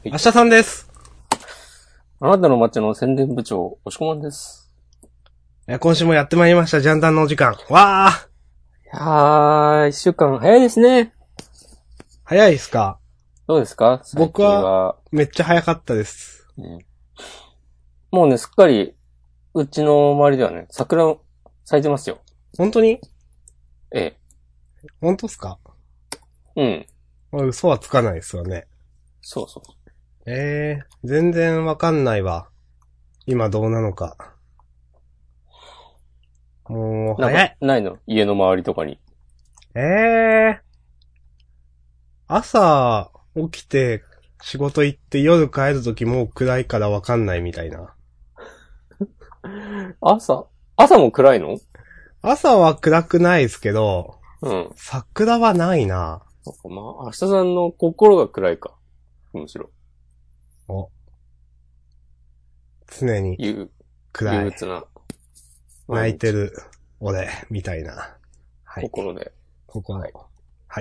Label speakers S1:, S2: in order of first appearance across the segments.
S1: 明日さんです。
S2: あなたの街の宣伝部長、押しこまんです。
S1: 今週もやってまいりました、ジャンダンのお時間。わー。
S2: いやー、一週間早いですね。
S1: 早いですか？
S2: どうですか？
S1: 僕は、めっちゃ早かったです。
S2: もうね、すっかり、うちの周りではね、桜咲いてますよ。
S1: 本当に？
S2: ええ。
S1: 本当っすか？
S2: うん。
S1: 嘘はつかないですよね。
S2: そうそう。
S1: 全然わかんないわ。今どうなのか。もう、早い。
S2: ないの？家の周りとかに。
S1: 朝、起きて、仕事行って夜帰るときもう暗いからわかんないみたいな。
S2: 朝も暗いの？
S1: 朝は暗くないですけど、
S2: うん。
S1: 桜はないな。
S2: まあ、明日さんの心が暗いか。むしろ。
S1: 常に暗い。
S2: 憂鬱な。
S1: 泣いてる、俺、みたいな。はい。
S2: 心で。
S1: はい。はい。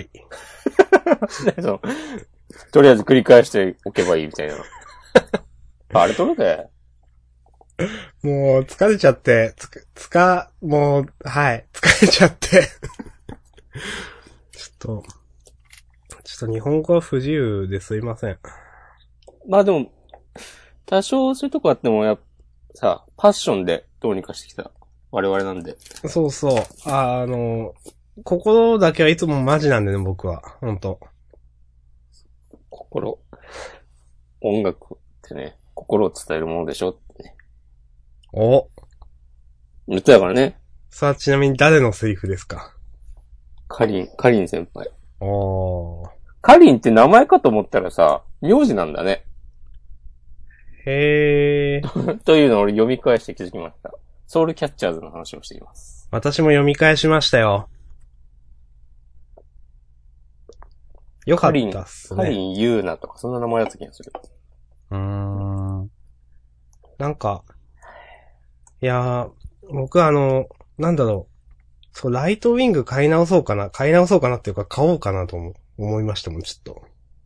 S2: とりあえず繰り返しておけばいいみたいな。あれとるで。
S1: もう、疲れちゃって、もう、はい、疲れちゃって。ちょっと日本語は不自由ですいません。
S2: まあでも、多少そういうとこあってもさ、パッションでどうにかしてきた我々なんで。
S1: そうそう。心だけはいつもマジなんでね、僕は。ほんと。
S2: 音楽ってね、心を伝えるものでしょってね。言ったからね。
S1: さあ、ちなみに誰のセリフですか？
S2: カリン先輩。
S1: カ
S2: リンって名前かと思ったらさ、名字なんだね。
S1: へー。
S2: というのを俺読み返して気づきました。ソウルキャッチャーズの話をしています。
S1: 私も読み返しましたよ。よかったっすね。
S2: カリンユーナとかそんな名前だった気がする。
S1: なんか、いやー、僕なんだろう。そう、ライトウィング買い直そうかなっていうか買おうかなと思いましたもん、ちょっと。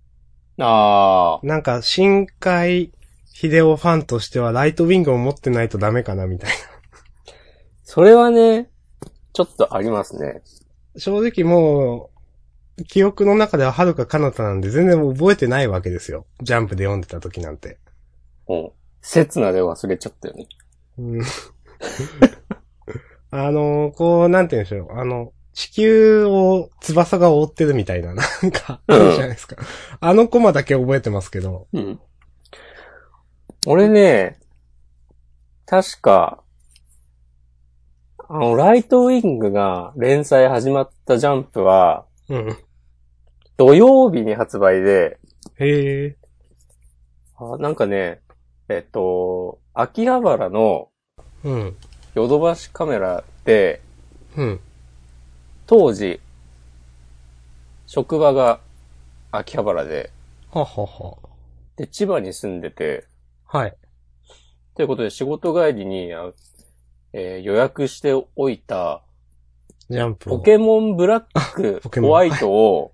S1: なんか、深海秀夫ファンとしてはライトウィングを持ってないとダメかな、みたいな。
S2: それはね、ちょっとありますね。
S1: 正直もう、記憶の中では遥か彼方なんで全然覚えてないわけですよ。ジャンプで読んでた時なんて。
S2: 刹那で忘れちゃったよね。
S1: なんて言うんでしょう。地球を翼が覆ってるみたいな、なんか、あるじゃないですか。コマだけ覚えてますけど。
S2: 俺ね、確か、ライトウィングが連載始まったジャンプは、土曜日に発売で、
S1: へ
S2: ー。なんかね、秋葉原の、ヨドバシカメラで、当時、職場が秋葉原で、で、千葉に住んでて、ということで仕事帰りに、予約しておいた、
S1: ジャンプ
S2: ポケモンブラック、ホワイトを、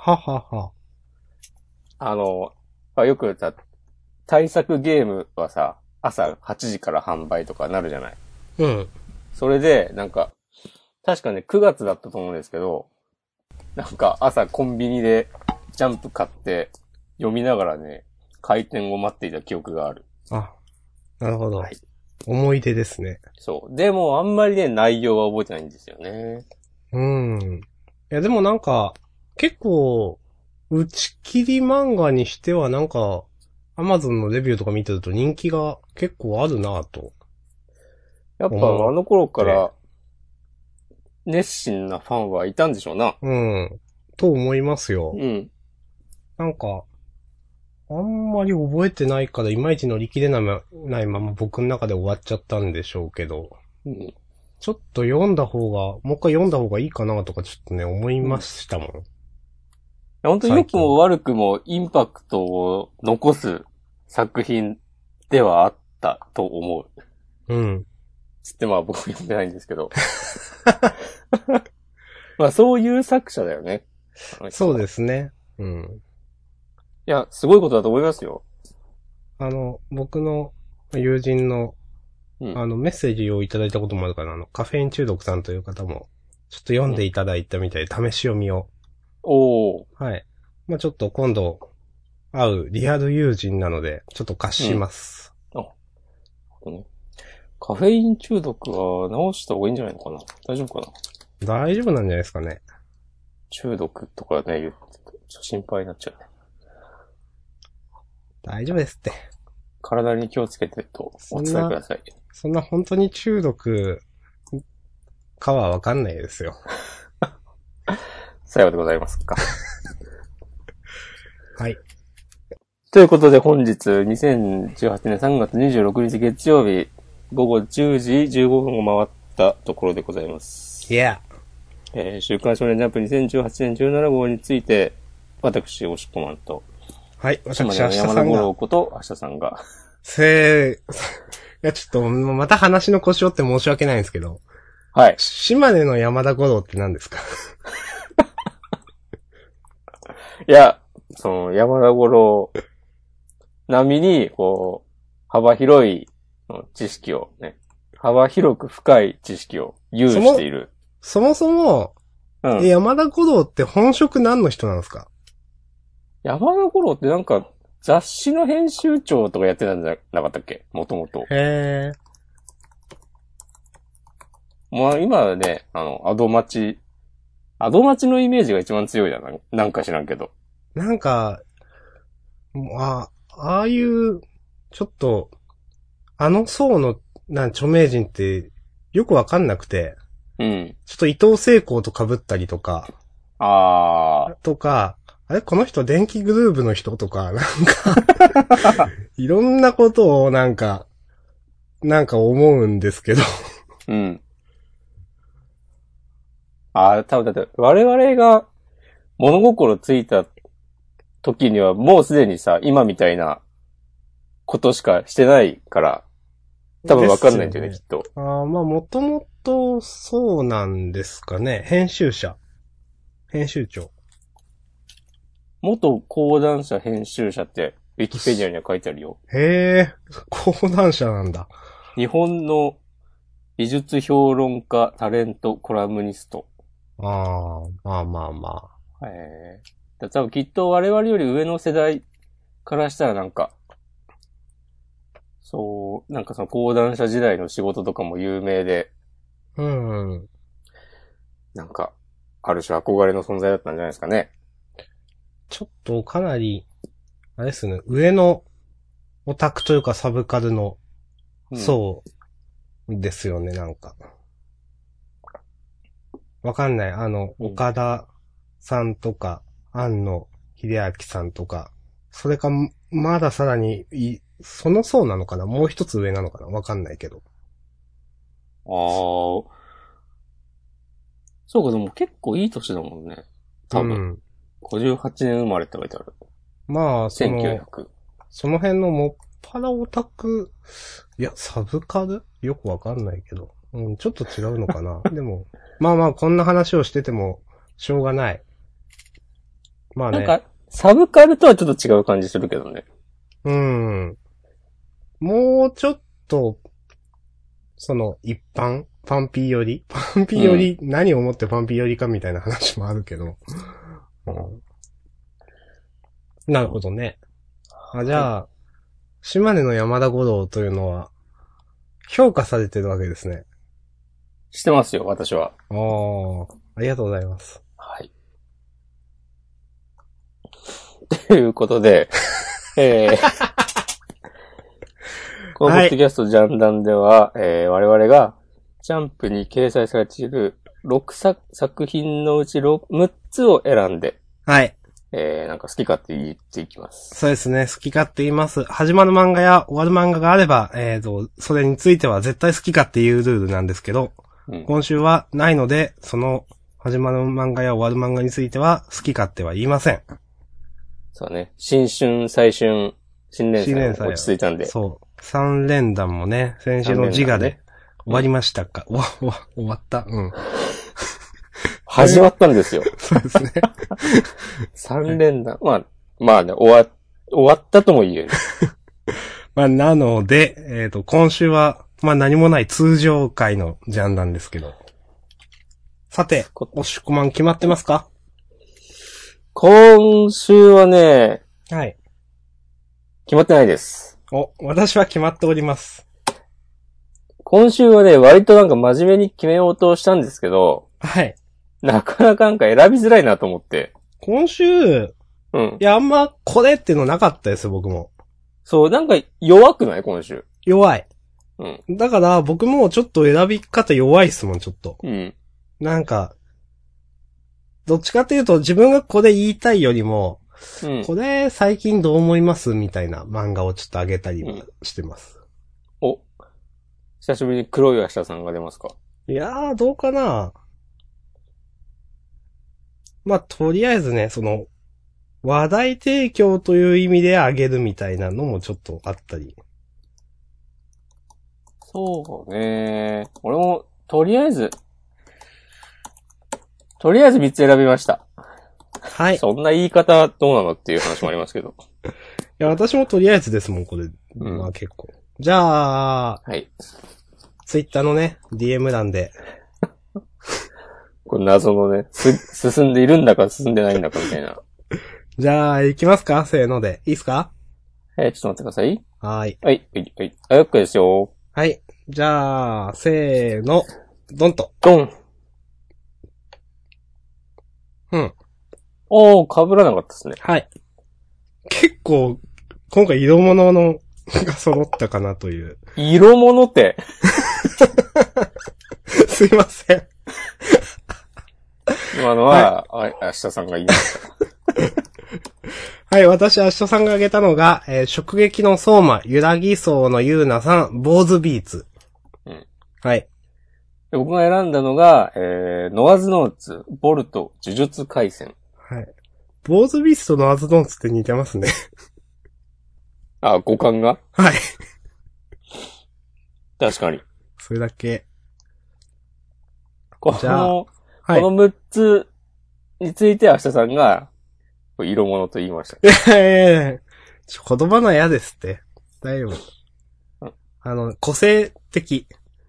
S2: よくさ、対策ゲームはさ、朝8時から販売とかなるじゃない。それで、なんか、確かね、9月だったと思うんですけど、なんか朝コンビニでジャンプ買って読みながらね、開店を待っていた記憶がある。
S1: なるほど。思い出ですね。
S2: そう。でもあんまりね、内容は覚えてないんですよね。
S1: いやでもなんか、結構、打ち切り漫画にしてはなんか、アマゾンのレビューとか見てると人気が結構あるなぁと。
S2: やっぱあの頃から熱心なファンはいたんでしょうな。
S1: と思いますよ。なんか、あんまり覚えてないからいまいち乗り切れないまま僕の中で終わっちゃったんでしょうけど。ちょっともう一回読んだ方がいいかなとかちょっとね、思いましたもん。
S2: 本当に良くも悪くもインパクトを残す作品ではあったと思う。つってまあ僕は読んでないんですけど。まあそういう作者だよね。
S1: そうですね。
S2: いや、すごいことだと思いますよ。
S1: 僕の友人の、メッセージをいただいたこともあるから、カフェイン中毒さんという方も、ちょっと読んでいただいたみたいで、試し読みを。はい。まあちょっと今度、会うリアル友人なので、ちょっと貸します。
S2: カフェイン中毒は治した方がいいんじゃないのかな？大丈夫か
S1: な？大丈夫なんじゃないですかね。
S2: 中毒とかね、言ってちょっと心配になっちゃうね。
S1: 大丈夫ですって。
S2: 体に気をつけてとお伝えください。
S1: そんな本当に中毒かはわかんないですよ。
S2: さようでございますか。
S1: はい。
S2: ということで本日2018年3月26日月曜日午後10時15分を回ったところでございます。
S1: Yeah。
S2: 週刊少年ジャンプ2018年17号について、私、おしっこマンと、
S1: はい、
S2: 私、山田五郎こと明日さんが。
S1: いや、ちょっと、また話の腰折って申し訳ないんですけど。
S2: はい。
S1: 島根の山田五郎って何ですか？
S2: いや、山田五郎並みに、幅広い知識をね、幅広く深い知識を有している。
S1: そもそも、山田五郎って本職何の人なんですか？
S2: 山田五郎ってなんか、雑誌の編集長とかやってたんじゃなかったっけ？もともと。
S1: へー。
S2: まあ今はね、アドマチのイメージが一番強いじゃない？なんか知らんけど。
S1: なんか、ああいう、ちょっと、層の、著名人って、よくわかんなくて。
S2: うん。
S1: ちょっと伊藤聖光と被ったりとか。とか、あれこの人電気グルーヴの人とか、いろんなことをなんか思うんですけど。
S2: うん。多分だって、我々が物心ついた時にはもうすでにさ、今みたいなことしかしてないから、多分わかんないんだよね、きっと。
S1: まあもともとそうなんですかね。編集長。
S2: 元講談社編集者って、ウィキペディアには書いてあるよ。
S1: へー、講談社なんだ。
S2: 日本の美術評論家、タレント、コラムニスト。
S1: まあ。
S2: 多分きっと我々より上の世代からしたらなんかその講談社時代の仕事とかも有名で。なんか、ある種憧れの存在だったんじゃないですかね。
S1: ちょっとかなり、あれですね、上のオタクというかサブカルの、そうですよね、なんか。わかんない。岡田さんとか、庵野秀明さんとか、それか、まださらに、その層なのかな？もう一つ上なのかな？わかんないけど。
S2: そうか、でも結構いい年だもんね。多分。58年生まれって書いてある。
S1: まあ、
S2: 1900。
S1: その辺のもっぱらオタク、いや、サブカル？よくわかんないけど。ちょっと違うのかな。でも、まあ、こんな話をしてても、しょうがない。まあね。
S2: なんか、サブカルとはちょっと違う感じするけどね。
S1: もうちょっと、一般パンピーより何をもってパンピーよりかみたいな話もあるけど。なるほどね。じゃあ、島根の山田五郎というのは、評価されてるわけですね。
S2: してますよ、私は。
S1: ありがとうございます。
S2: はい。ということで、このポッドキャストジャンダンでは、我々がジャンプに掲載されている6作品のうち6つを選んで、
S1: はい。
S2: なんか好き勝手言っていきます。
S1: そうですね、好き勝手言います。始まる漫画や終わる漫画があれば、それについては絶対好き勝手言うルールなんですけど、今週はないので、その始まる漫画や終わる漫画については好き勝手は言いません。
S2: そうね。新春、最春、新連載落ち着いたんで。
S1: そう。3連弾もね、先週の自我で終わりましたか。終わった。
S2: 始まったんですよ。
S1: そうですね。
S2: 3連弾。まあね、終わったとも言える。
S1: まあ、なので、今週は、まあ何もない通常回のジャンなんですけど。さて、押し込まん決まってますか？
S2: 今週はね、
S1: はい。
S2: 決まってないです。
S1: 私は決まっております。
S2: 今週はね、割となんか真面目に決めようとしたんですけど、
S1: はい。
S2: なかなかなんか選びづらいなと思って。
S1: 今週、うん。いや、あんまこれっていうのなかったですよ、僕も。
S2: そう、なんか弱くない今週。
S1: 弱い。
S2: うん。
S1: だから僕もちょっと選び方弱いっすもん、ちょっと。
S2: うん。
S1: なんか、どっちかっていうと自分がこれ言いたいよりも、うん、これ最近どう思いますみたいな漫画をちょっとあげたりしてます。
S2: うん、お。久しぶりに黒い明日さんが出ますか？
S1: いやー、どうかな。まあ、とりあえずね、その、話題提供という意味であげるみたいなのもちょっとあったり。
S2: そうね。俺も、とりあえず3つ選びました。
S1: はい。
S2: そんな言い方どうなのっていう話もありますけど。
S1: いや、私もとりあえずですもん、これ。うん、まあ結構。じゃあ、
S2: はい。
S1: ツイッターのね、DM 欄で。
S2: これ謎のね、進んでいるんだか進んでないんだかみたいな。
S1: じゃあ、行きますか？せーので。いいっすか？
S2: ちょっと待ってください。
S1: はい。
S2: はい、はい、はい。OK ですよ。
S1: はい。じゃあ、せーの、ドンと。
S2: ドン。
S1: うん。
S2: 被らなかったですね。
S1: はい。結構、今回色物のが揃ったかなという。
S2: 色物って。
S1: すいません。
S2: 今のは、はい、明日さんが言いました。
S1: はい、私、明日さんが挙げたのが、直撃の相馬、ゆらぎそうのゆうなさん、坊主ビーツ。うん。はい。
S2: 僕が選んだのが、ノアズノーツ、ボルト、呪術回戦。
S1: はい。坊主ビーツとノアズノーツって似てますね。
S2: あ、五感が？
S1: はい。
S2: 確かに。
S1: それだけ。
S2: この6つについて明日さんが、色物と言いました。
S1: いや言葉の嫌ですって。大丈夫。個性的。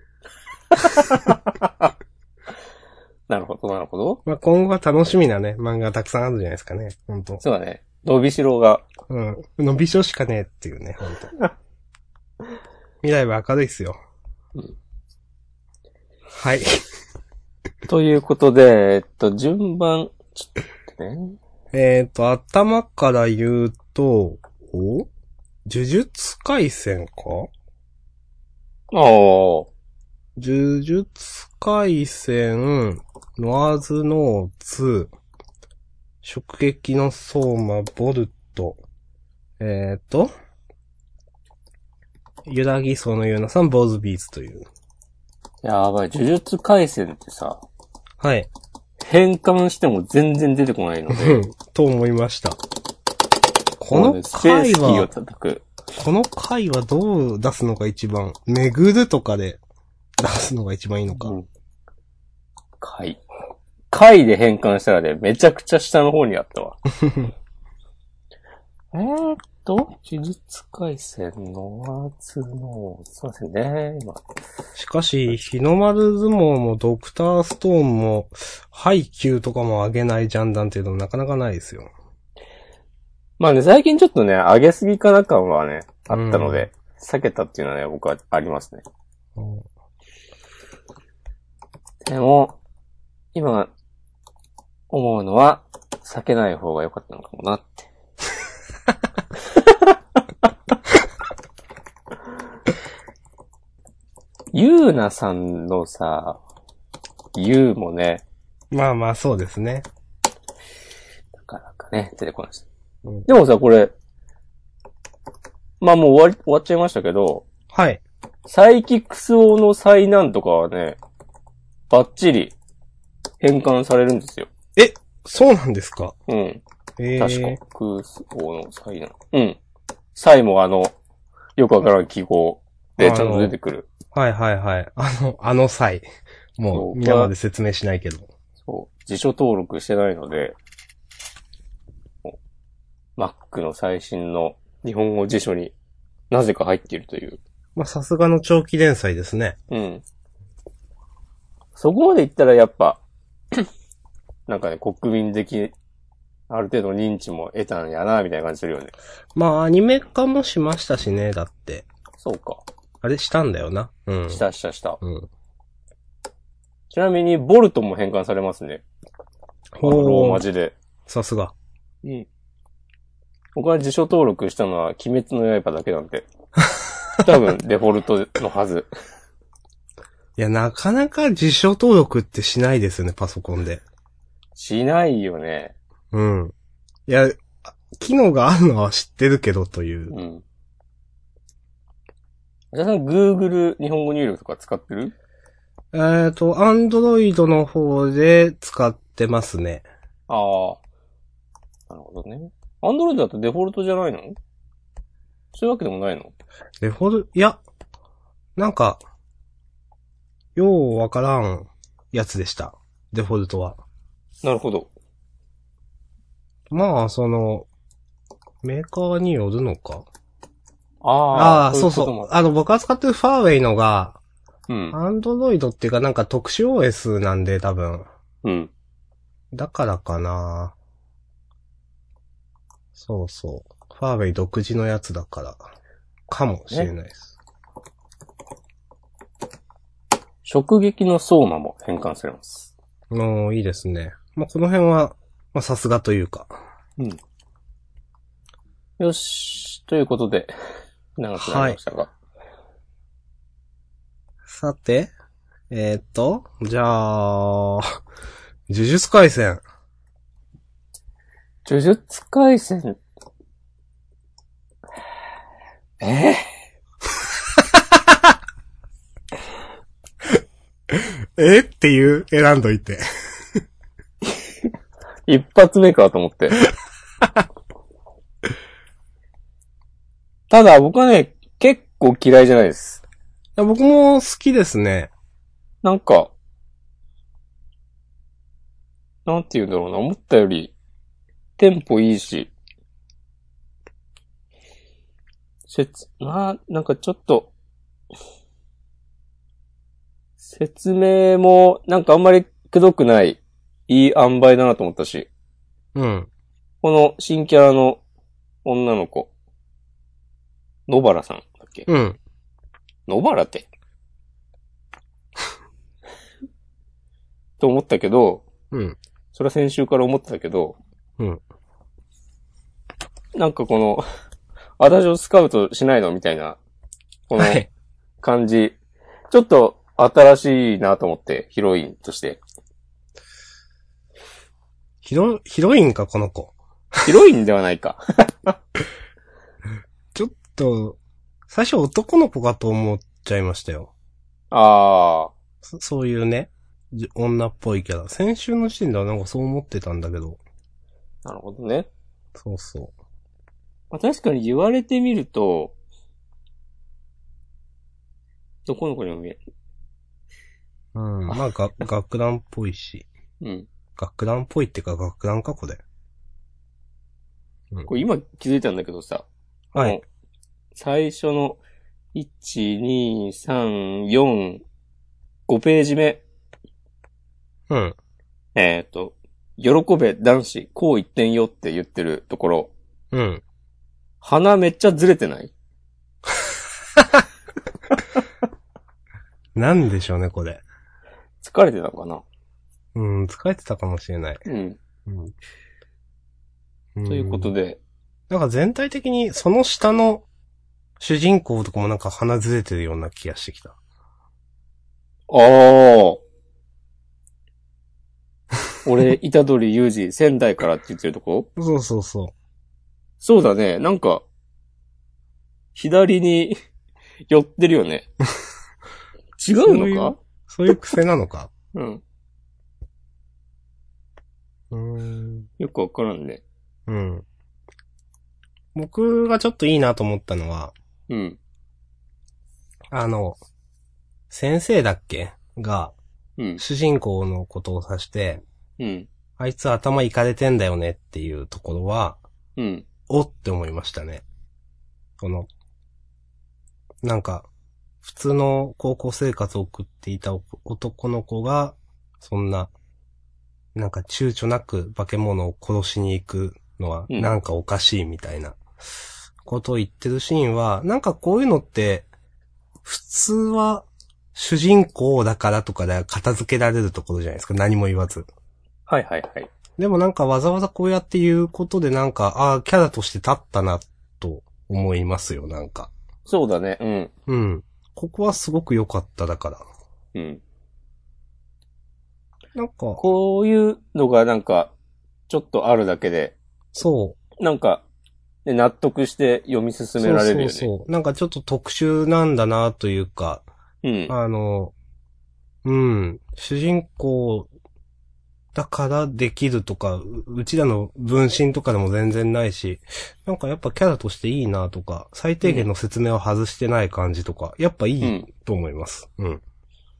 S2: なるほど、なるほど。
S1: まあ、今後は楽しみなね、漫画たくさんあるじゃないですかね、本当。
S2: そうだね。伸びしろが。
S1: うん。伸びしろしかねえっていうね、本当。未来は明るいっすよ。うん。はい。と
S2: いうことで、順番、ちょっとね。
S1: 頭から言うと、呪術回戦か？呪術回戦、ノアズノーツ、直撃の相馬、ボルト、ゆらぎそうのゆうなさん、坊主ビーツという。
S2: やばい、呪術回戦ってさ。
S1: はい。
S2: 変換しても全然出てこないので。
S1: と思いました。この回は、この回はどう出すのが一番、巡るとかで出すのが一番いいのか。うん、
S2: 回で変換したらね、めちゃくちゃ下の方にあったわ。呪術回戦のそうですね、今。
S1: しかし、日の丸相撲もドクターストーンも、ハイキューとかも上げないジャンダンっていうのもなかなかないですよ。
S2: まあね、最近ちょっとね、上げすぎかな感はね、あったので、避けたっていうのはね、僕はありますね。でも、今、思うのは、避けない方が良かったのかもなって。ゆうなさんのさ、ゆうもね。
S1: まあまあそうですね。
S2: なかなかね、出てこないです。うん、でもさ、これ、まあもう終わっちゃいましたけど。
S1: はい。
S2: サイキックス王の災難とかはね、バッチリ変換されるんですよ。
S1: え、そうなんですか？
S2: うん。確か、クス王の災難。うん。災もよくわからん記号でちゃんと出てくる。
S1: はいはいはい。際。もう、皆まで説明しないけど。
S2: そう。辞書登録してないので、Mac の最新の日本語辞書になぜか入っているという。
S1: まあ、さすがの長期連載ですね。
S2: うん。そこまで言ったらやっぱ、なんかね、国民的、ある程度認知も得たんやな、みたいな感じするよね。
S1: まあ、アニメ化もしましたしね、だって。
S2: そうか。
S1: あれしたんだよな。うん。
S2: した。
S1: うん。
S2: ちなみに、ボルトも変換されますね。ローマ字で。
S1: さすが。
S2: うん。僕が辞書登録したのは、鬼滅の刃だけなんで。多分、デフォルトのはず。
S1: いや、なかなか辞書登録ってしないですよね、パソコンで。
S2: しないよね。
S1: うん。いや、機能があるのは知ってるけどという。
S2: うん。じゃあさん、Google 日本語入力とか使ってる
S1: Android の方で使ってますね。
S2: ああ。なるほどね。Android だとデフォルトじゃないの？そういうわけでもないの？
S1: デフォルト、いや、なんか、ようわからんやつでした。デフォルトは。
S2: なるほど。
S1: まあ、メーカーによるのか。
S2: そう
S1: そう。僕が使ってるファーウェイのが、
S2: うん。
S1: アンドロイドっていうかなんか特殊 OS なんで多分。
S2: うん。
S1: だからかな。そうそう。ファーウェイ独自のやつだから。かもしれないです。
S2: 直撃の相馬も変換されます。
S1: いいですね。まあ、この辺は、まあ、さすがというか。
S2: うん。よし。ということで、長くなりましたが。はい、
S1: さて、じゃあ、呪術廻戦。
S2: 呪術廻戦。
S1: っていう選んどいて。
S2: 一発目かと思って。ただ僕はね、結構嫌いじゃないです。
S1: いや僕も好きですね。
S2: なんか、なんて言うんだろうな、思ったより、テンポいいし、なんかちょっと、説明も、なんかあんまりくどくない、いい塩梅だなと思ったし。
S1: うん。
S2: この新キャラの女の子、野原さんだっけ？
S1: うん。
S2: 野原ってと思ったけど、
S1: うん。
S2: それは先週から思ってたけど、
S1: うん。
S2: なんかこの、私をスカウトしないのみたいな、この感じ、はい、ちょっと新しいなと思って、ヒロインとして。
S1: ヒロインか、この子。
S2: ヒロインではないか。
S1: ちょっと、最初男の子かと思っちゃいましたよ。
S2: ああ。
S1: そういうね、女っぽいキャラ。先週の時点ではなんかそう思ってたんだけど。
S2: なるほどね。
S1: そうそう。
S2: まあ、確かに言われてみると、男の子にも見える。
S1: うん。まあ、学ランっぽいし。
S2: うん。
S1: 学ランっぽいってか学ランかこれ。
S2: うん。これ今気づいたんだけどさ。
S1: はい。
S2: 最初の、1、2、3、4、5ページ目。
S1: うん。
S2: 喜べ男子、こう言ってんよって言ってるところ。
S1: うん。
S2: 鼻めっちゃずれてない？
S1: なんでしょうね、これ。
S2: 疲れてたのかな？
S1: うん、疲れてたかもしれない。
S2: うん。
S1: うん。
S2: ということで。
S1: なんか全体的にその下の主人公とかもなんか鼻ずれてるような気がしてきた。
S2: ああ。俺、虎杖裕二、仙台からって言ってるとこ？
S1: そうそうそう。
S2: そうだね。なんか、左に寄ってるよね。違うのか？
S1: そういう癖なのか？
S2: うん。よくわからんね。
S1: うん。僕がちょっといいなと思ったのは、
S2: うん。
S1: 先生だっけが、
S2: うん。
S1: 主人公のことを指して、
S2: うん。
S1: あいつ頭いかれてんだよねっていうところは、
S2: うん。
S1: おって思いましたね。この、 なんか、普通の高校生活を送っていた男の子が、そんな、なんか躊躇なく化け物を殺しに行くのは、なんかおかしいみたいな、ことを言ってるシーンは、なんかこういうのって、普通は、主人公だからとかで片付けられるところじゃないですか。何も言わず。
S2: はいはいはい。
S1: でもなんかわざわざこうやって言うことでなんか、ああ、キャラとして立ったな、と思いますよ、なんか。
S2: そうだね、うん。
S1: うん。ここはすごく良かっただから。
S2: うん。
S1: なんか。
S2: こういうのがなんか、ちょっとあるだけで。
S1: そう。
S2: なんか、納得して読み進められるよね。
S1: そう。なんかちょっと特殊なんだなというか。
S2: うん。
S1: 主人公だからできるとか、うちらの分身とかでも全然ないし、なんかやっぱキャラとしていいなとか、最低限の説明を外してない感じとか、やっぱいいと思います。うん。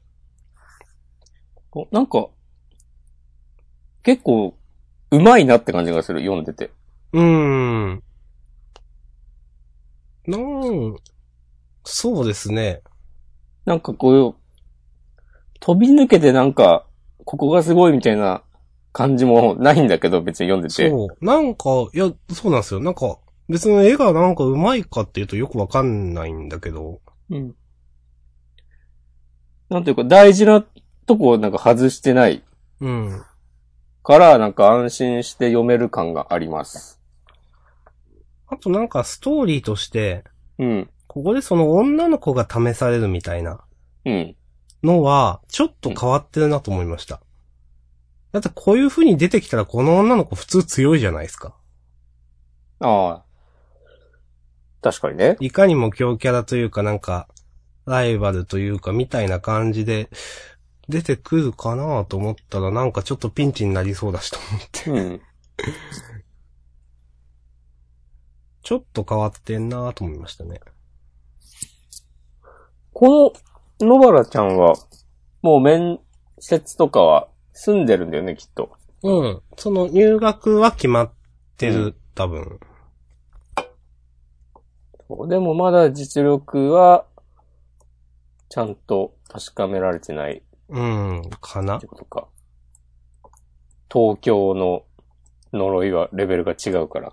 S2: なんか、結構、うまいなって感じがする、読んでて。
S1: そうですね。
S2: なんかこう、飛び抜けてなんか、ここがすごいみたいな感じもないんだけど、別に読んでて。
S1: そう。なんか、いや、そうなんですよ。なんか、別に絵がなんか上手いかっていうとよくわかんないんだけど。
S2: うん。なんていうか、大事なとこをなんか外してない。
S1: うん。
S2: から、なんか安心して読める感があります。
S1: あとなんかストーリーとして、
S2: うん。
S1: ここでその女の子が試されるみたいな。
S2: うん。
S1: のは、ちょっと変わってるなと思いました。だってこういう風に出てきたらこの女の子普通強いじゃないですか。
S2: ああ。確かにね。
S1: いかにも強キャラというかなんか、ライバルというかみたいな感じで出てくるかなと思ったらなんかちょっとピンチになりそうだしと思って。
S2: うん。
S1: ちょっと変わってんなと思いましたね。
S2: この野原ちゃんは、もう面接とかは済んでるんだよね、きっと。
S1: うん。その入学は決まってる、多分。
S2: でもまだ実力は、ちゃんと確かめられてない。
S1: かな。
S2: ってことか。東京の呪いはレベルが違うから。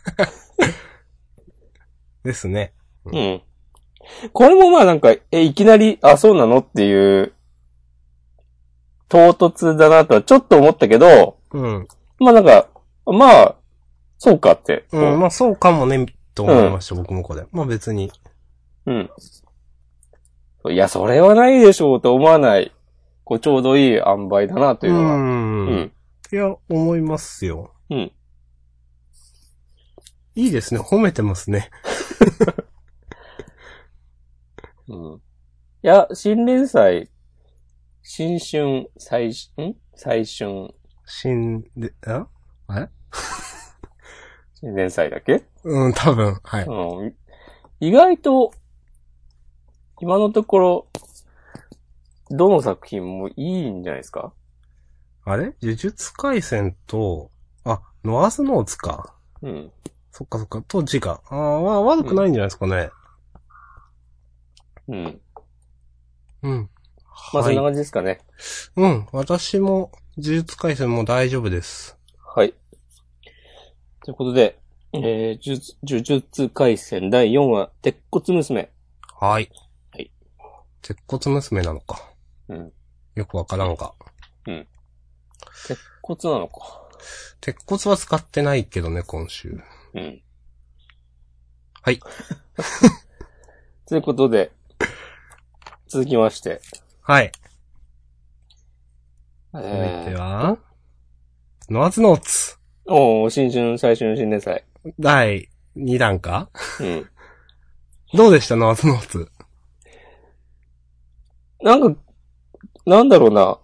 S1: ですね。
S2: うん。これもまあなんか、いきなり、あ、そうなのっていう、唐突だなとはちょっと思ったけど、
S1: うん。
S2: まあなんか、まあ、そうかって。
S1: まあそうかもね、と思いました、僕もこれ。まあ別に。
S2: うん。いや、それはないでしょうと思わない、こうちょうどいい塩梅だなというのは。うん。
S1: いや、思いますよ。
S2: うん。
S1: いいですね、褒めてますね。
S2: うん。いや、新連載、新春、最春。
S1: あれ
S2: 新連載だっけ？
S1: 多分、はい。
S2: うん。意外と、今のところ、どの作品もいいんじゃないですか？
S1: あれ呪術廻戦と、ノアズノーツか。
S2: うん。
S1: そっか、と字が。悪くないんじゃないですかね。
S2: うん。
S1: うん。
S2: まあ、そんな感じですかね。
S1: うん。私も、呪術廻戦も大丈夫です。
S2: はい。ということで、呪術廻戦第4話、鉄骨娘。
S1: はい。
S2: はい。
S1: 鉄骨娘なのか。
S2: うん。
S1: よくわからんが。
S2: うん。鉄骨なのか。
S1: 鉄骨は使ってないけどね、今週。
S2: うん。
S1: はい。
S2: ということで、続きまして。
S1: はい。続いては、ノアズノーツ。
S2: 新春最春新年祭。
S1: 第2弾か？
S2: うん。
S1: どうでしたノアズノーツ。
S2: なんか、なんだろうな。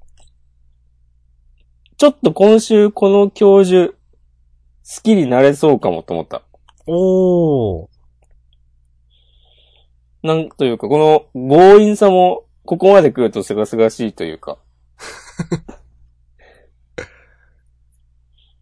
S2: ちょっと今週この教授、好きになれそうかもと思った。なんというか、この強引さも、ここまで来るとすがすがしいというか。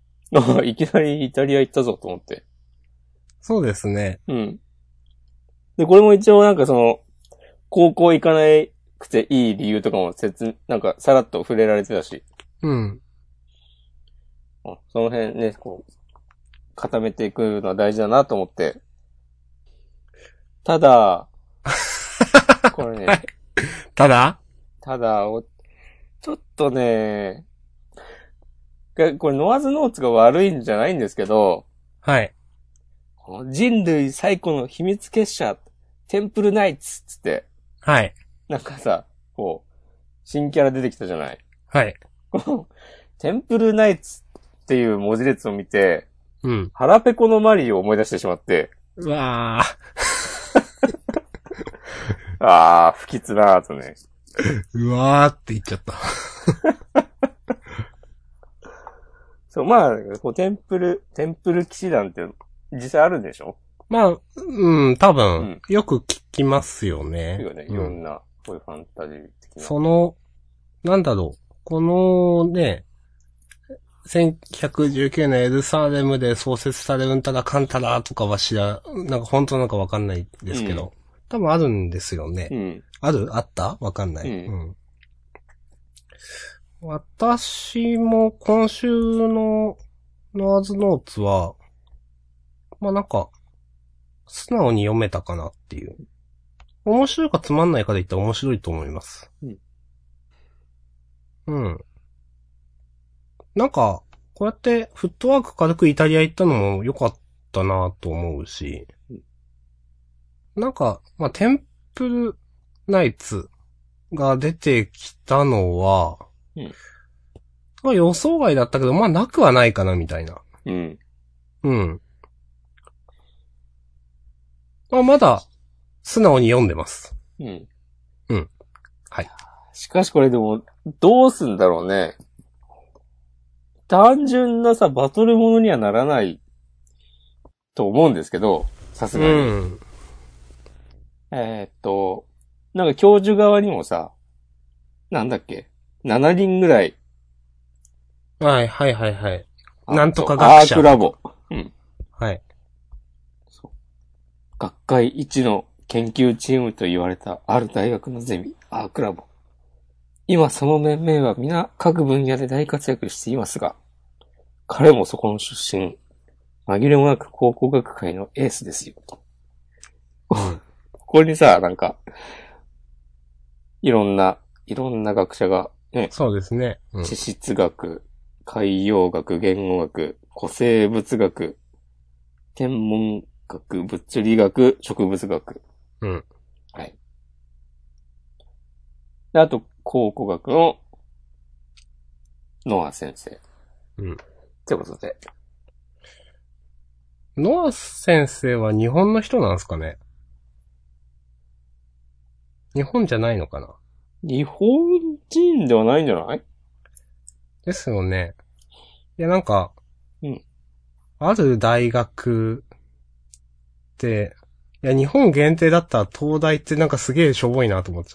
S2: いきなりイタリア行ったぞと思って。
S1: そうですね。
S2: うん。 で、これも一応なんか高校行かないくていい理由とかもなんかさらっと触れられてたし。
S1: うん。
S2: その辺ね、固めていくのは大事だなと思って。ただ、これね、はい、
S1: ただ、
S2: ちょっとね、これノアズノーツが悪いんじゃないんですけど、
S1: はい。
S2: 人類最古の秘密結社、テンプルナイツつって、
S1: はい。
S2: なんかさ、新キャラ出てきたじゃない。
S1: はい。
S2: テンプルナイツっていう文字列を見て、
S1: うん。
S2: 腹ペコのマリーを思い出してしまって。
S1: うわ
S2: ー。あー、不吉なーとね。
S1: うわーって言っちゃった。
S2: そう、まあ、テンプル騎士団って実際あるんでしょ？
S1: まあ、うん、多分、よく聞きますよね。
S2: いろんな、こういうファンタジー的
S1: な。なんだろう。このね、1119年エルサレムで創設されるんたらかんたらとかはなんか本当なんかわかんないですけど、多分あるんですよね。あったわかんない。私も今週のノアズノーツは、まあなんか、素直に読めたかなっていう。面白いかつまんないかで言ったら面白いと思います。なんか、こうやってフットワーク軽くイタリア行ったのも良かったなと思うし、なんか、まあ、テンプルナイツが出てきたのは、予想外だったけど、まあ、なくはないかなみたいな。まあ、まだ、素直に読んでます。はい。
S2: しかしこれでも、どうすんだろうね。単純なさ、バトルものにはならないと思うんですけど、さすがに。なんか教授側にもさ、なんだっけ ?7 人ぐらい。
S1: はい。なんとか学者。
S2: アークラボ。
S1: はい。
S2: 学会一の研究チームと言われたある大学のゼミ、アークラボ。今その面々は皆各分野で大活躍していますが、彼もそこの出身、紛れもなく考古学会のエースですよ。ここにさ、なんか、いろんな学者が、ね。
S1: そうですね。
S2: 地質学、海洋学、言語学、古生物学、天文学、物理学、植物学。はい。で、あと、考古学のノア先生。ってことで。
S1: ノア先生は日本の人なんですかね？日本じゃないのかな？
S2: 日本人ではないんじゃない？
S1: ですよね。いや、なんか、ある大学って、いや、日本限定だったら東大ってなんかすげえしょぼいなと思っちゃって。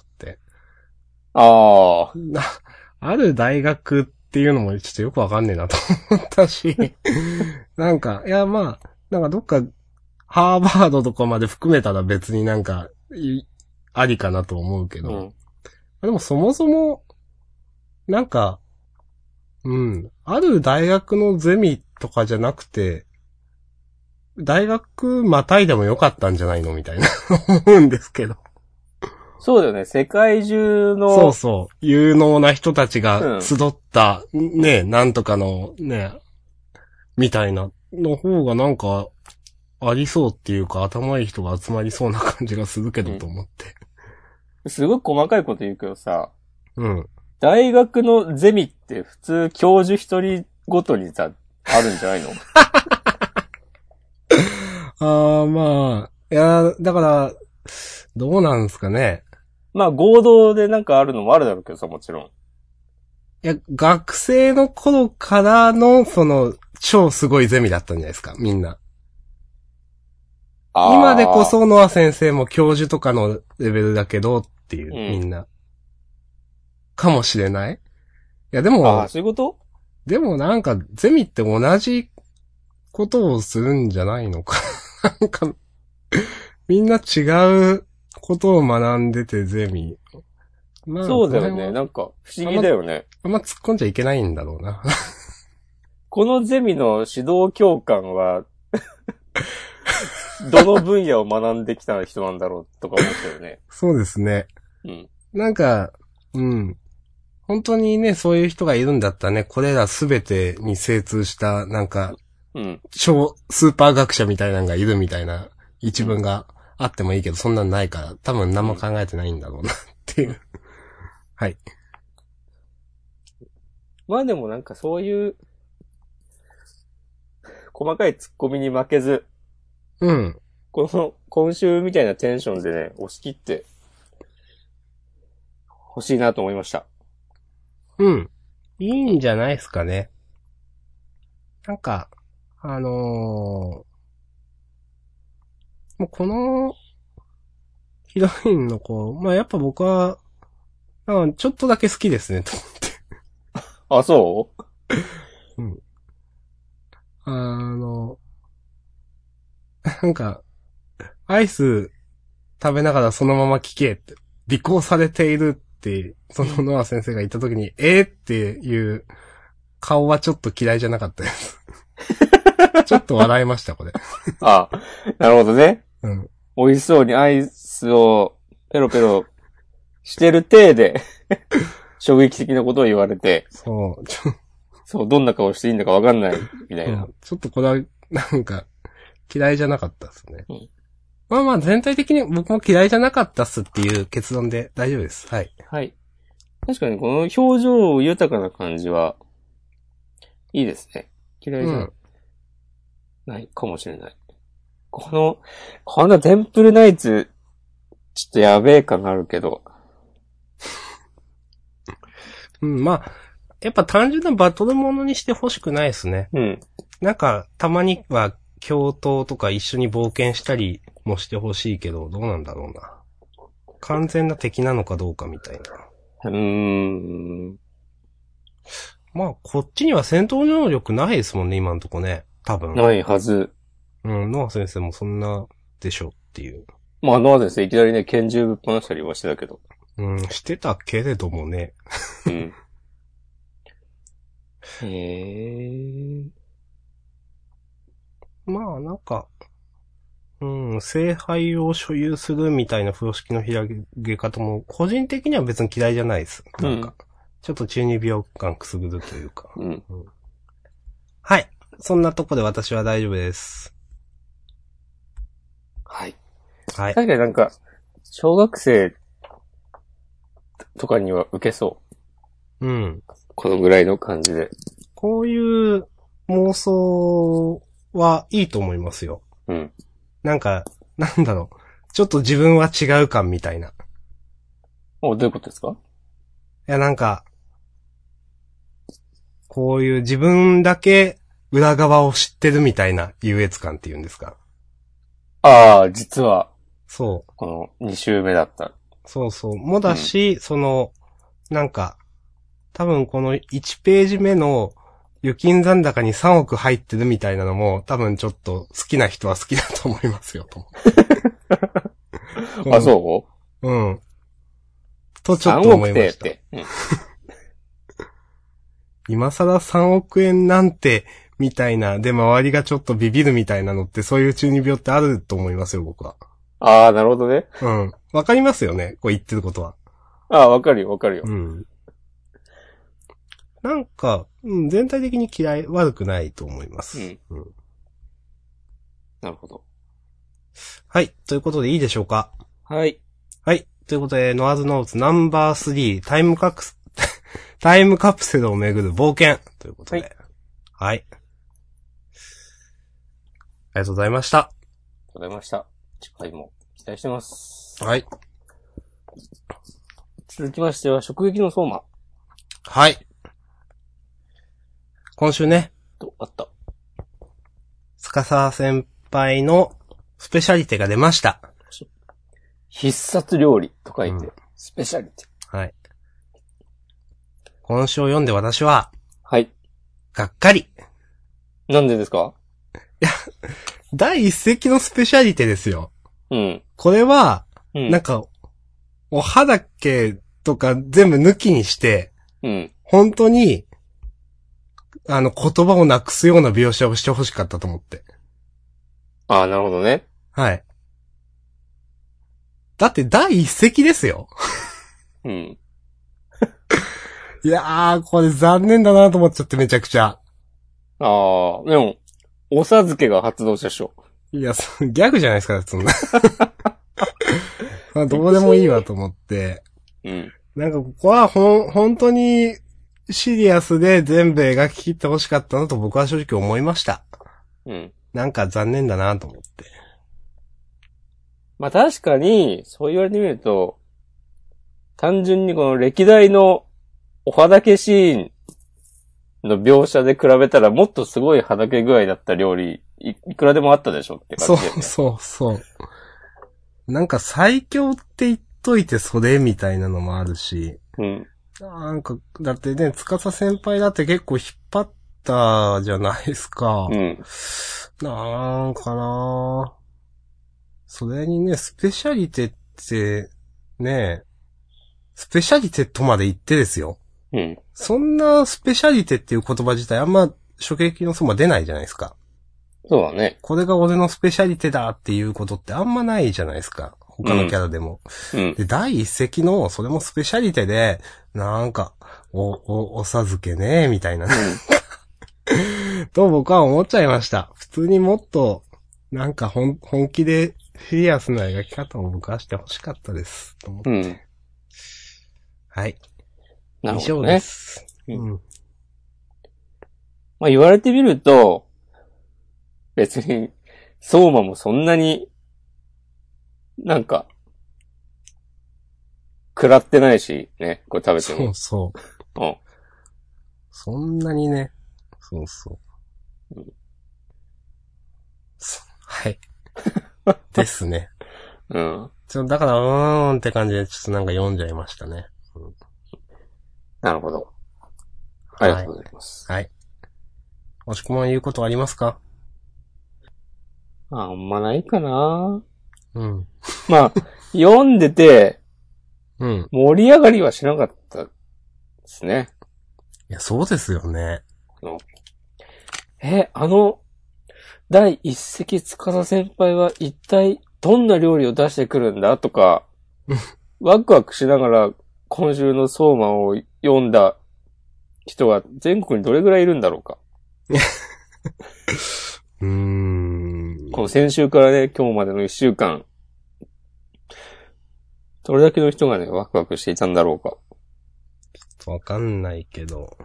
S1: ある大学っていうのもちょっとよくわかんねえなと思ったし、なんか、いや、まあ、なんかどっか、ハーバードとかまで含めたら別になんか、ありかなと思うけど、でもそもそも、なんか、ある大学のゼミとかじゃなくて、大学またいでもよかったんじゃないのみたいな思うんですけど。
S2: そうだよね。世界中
S1: の。そう。有能な人たちが集った、ね、なんとかの、ね、みたいな、の方がなんか、ありそうっていうか、頭いい人が集まりそうな感じがするけどと思って。
S2: すごい細かいこと言うけどさ。大学のゼミって普通教授一人ごとにさ、あるんじゃないの？
S1: まあ、いや、だから、どうなんですかね。
S2: まあ合同でなんかあるのもあるだろうけどさ、もちろん。
S1: いや、学生の頃からの、超すごいゼミだったんじゃないですか、みんな。今でこそノア先生も教授とかのレベルだけどっていう、みんな。かもしれない？いや、でも、
S2: そういうこと？
S1: でもなんか、ゼミって同じことをするんじゃないのか。なんか、 みんな違うことを学んでて、ゼミ。
S2: まあ、そうだよね。なんか、不思議だよね。
S1: あんま突っ込んじゃいけないんだろうな。
S2: このゼミの指導教官は、どの分野を学んできた人なんだろうとか思ったよね。
S1: そうですね。
S2: うん。
S1: なんか、うん。本当にね、そういう人がいるんだったらね、これらすべてに精通した、なんか、
S2: うん。
S1: 超スーパー学者みたいなのがいるみたいな一文があってもいいけど、そんなんないから、多分何も考えてないんだろうなっていう。はい。
S2: まあでもなんかそういう、細かい突っ込みに負けず、
S1: うん。
S2: この、今週みたいなテンションでね、押し切って、欲しいなと思いました。
S1: うん。いいんじゃないですかね。なんか、もうこの、ヒロインの子、まあやっぱ僕は、ちょっとだけ好きですね、と思って。
S2: あ、そ
S1: ううん。なんか、アイス食べながらそのまま聞けって、尾行されているって、そのノア先生が言った時に、っていう顔はちょっと嫌いじゃなかったです。ちょっと笑いました、これ。
S2: あ、なるほどね。
S1: うん。
S2: 美味しそうにアイスをペロペロしてる体で、衝撃的なことを言われて、
S1: そう、
S2: そう、どんな顔していいんだかわかんない、みたいな。
S1: ちょっとこれは、なんか、嫌いじゃなかったですね。
S2: うん、
S1: まあまあ全体的に僕も嫌いじゃなかったっすっていう結論で大丈夫です。はい。
S2: はい。確かにこの表情豊かな感じは、いいですね。嫌いじゃないかもしれない。このテンプルナイツ、ちょっとやべえ感があるけど。
S1: うん、まあ、やっぱ単純なバトルものにしてほしくないですね。
S2: うん。
S1: なんか、たまには共闘とか一緒に冒険したりもしてほしいけど、どうなんだろうな。完全な敵なのかどうかみたいな。まあ、こっちには戦闘能力ないですもんね、今んとこね。多分。
S2: ないはず。
S1: うん、ノア先生もそんなでしょっていう。
S2: まあ、ノア先生いきなりね、拳銃ぶっ放したりはしてたけど。
S1: うん、してたけれどもね。
S2: うん。へえ。
S1: まあ、なんか、うん、聖杯を所有するみたいな風呂敷の広げ方も、個人的には別に嫌いじゃないです。なんか、ちょっと中二病感くすぐるというか。
S2: うん。
S1: はい。そんなとこで私は大丈夫です。
S2: はい。
S1: はい。
S2: 確かになんか、小学生とかには受けそう。
S1: うん。
S2: このぐらいの感じで。
S1: こういう妄想はいいと思いますよ。
S2: うん。
S1: なんか、なんだろう。ちょっと自分は違う感みたいな。
S2: どういうことですか？
S1: いや、なんか、こういう自分だけ裏側を知ってるみたいな優越感っていうんですか。
S2: ああ、実は。
S1: そう。
S2: この2週目だった。
S1: そうそう。もだし、なんか、多分この1ページ目の預金残高に3億入ってるみたいなのも、多分ちょっと好きな人は好きだと思いますよ、と思って。
S2: あ、そ
S1: う？うん。とちょっと思いました。3億って。うん、今更3億円なんて、みたいな、で周りがちょっとビビるみたいなのって、そういう中二病ってあると思いますよ、僕は。
S2: ああ、なるほどね。
S1: うん。わかりますよね、こう言ってることは。
S2: ああ、わかるよ、わかるよ。
S1: うん。なんか、全体的に悪くないと思います。うん。
S2: なるほど。
S1: はい。ということでいいでしょうか？
S2: はい。
S1: はい。ということで、ノアズノーツナンバー3、タイムカプセルをめぐる冒険ということで。はい。ありがとうございました。
S2: ありがとうございました。次回も期待してます。
S1: はい。
S2: 続きましては、直撃の相馬。
S1: はい。今週ね。
S2: あった。
S1: 司先輩のスペシャリテが出ました。
S2: 必殺料理と書いて、スペシャリテ。
S1: はい。今週を読んで私は、
S2: はい。
S1: がっかり。
S2: なんでですか？
S1: いや、第一席のスペシャリテですよ。
S2: うん。
S1: これは、なんか、お肌毛とか全部抜きにして、本当に、言葉をなくすような描写をしてほしかったと思って。
S2: ああ、なるほどね。
S1: はい。だって第一席ですよ。いやー、これ残念だなと思っちゃってめちゃくちゃ。
S2: ああ、でも、おさづけが発動したでしょ。
S1: いや、ギャグじゃないですか、そんな。まあ、どうでもいいわと思って。なんかここは本当にシリアスで全部描き切ってほしかったなと僕は正直思いました。なんか残念だなと思って。
S2: まあ確かに、そう言われてみると、単純にこの歴代のお肌毛シーンの描写で比べたらもっとすごい肌毛具合だった料理、いくらでもあったでしょって感じで、ね。
S1: そう。なんか最強って言っといてそれみたいなのもあるし。なんか、だってね、司先輩だって結構引っ張ったじゃないですか。なんかなぁ。それにね、スペシャリテって、ね、スペシャリテとまで言ってですよ。そんなスペシャリテっていう言葉自体あんま初撃の相馬出ないじゃないですか。
S2: そうだね。
S1: これが俺のスペシャリテだっていうことってあんまないじゃないですか。他のキャラでも。で、第一席の、それもスペシャリテで、なんか、おさづけね、みたいな。と僕は思っちゃいました。普通にもっと、なんか本気でシリアスな描き方を僕はしてほしかったです。と思って。はい。
S2: なるほどね。以上
S1: です。
S2: まあ言われてみると、別に、相馬もそんなに、なんか、食らってないし、ね、これ食べても。
S1: そう。そんなにね、そう。はい。ですね。だから、って感じで、ちょっとなんか読んじゃいましたね。
S2: なるほど。ありがとうございます。
S1: はい。押し込まん言うことありますか？
S2: あんまないかな。まあ、読んでて、盛り上がりはしなかったですね。
S1: いや、そうですよね。
S2: 第一席司先輩は一体どんな料理を出してくるんだとか、ワクワクしながら今週の相馬を読んだ人は全国にどれぐらいいるんだろうか。この先週からね、今日までの1週間、どれだけの人がね、ワクワクしていたんだろうか。ちょ
S1: っとわかんないけど。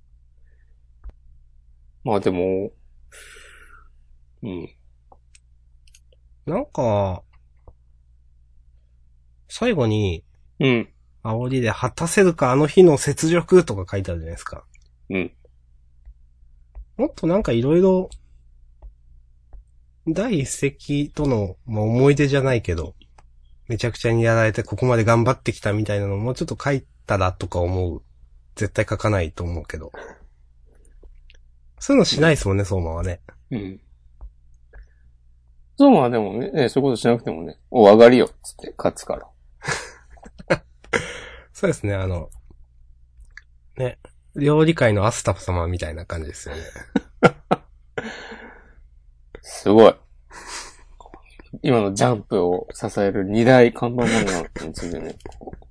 S2: まあでも、
S1: なんか、最後に、煽りで果たせるかあの日の雪辱とか書いてあるじゃないですか。もっとなんかいろいろ、第一席との、思い出じゃないけど、めちゃくちゃにやられてここまで頑張ってきたみたいなのもうちょっと書いたらとか思う。絶対書かないと思うけど。そういうのしないですもんね、相馬はね。
S2: 相馬はでもね、そういうことしなくてもね、上がりよ、つって勝つから。
S1: そうですね、ね、料理界のアスタフ様みたいな感じですよね。
S2: すごい。今のジャンプを支える2大看板漫画についてね。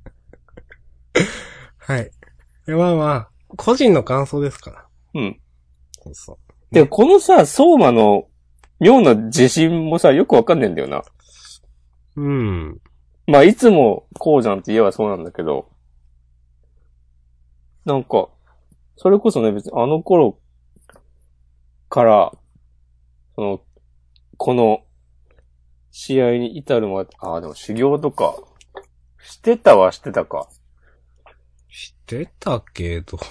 S1: はい。まあ、個人の感想ですから。
S2: そう。で、このさ、相馬の妙な自信もさ、よくわかんねえんだよな。まあ、いつもこうじゃんって言えばそうなんだけど、なんか、それこそね、別にあの頃から、この試合に至るまで、でも修行とか、してたか。
S1: してたけど。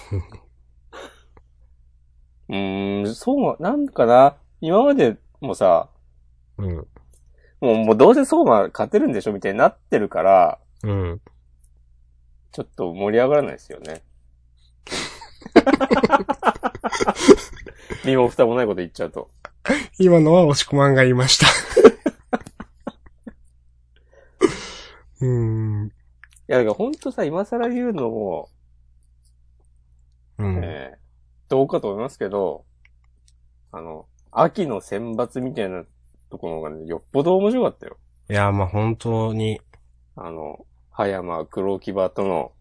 S2: そう、なんかな、今までもさ、もうどうせ相馬勝てるんでしょみたいになってるから、ちょっと盛り上がらないですよね。身も蓋もないこと言っちゃうと。
S1: 今のは押し込まんが言いました。
S2: いや、だからほんとさ、今更言うのも、どうかと思いますけど、秋の選抜みたいなところがね、よっぽど面白かったよ。
S1: いや、まあ、本当に。
S2: 葉山黒木場との、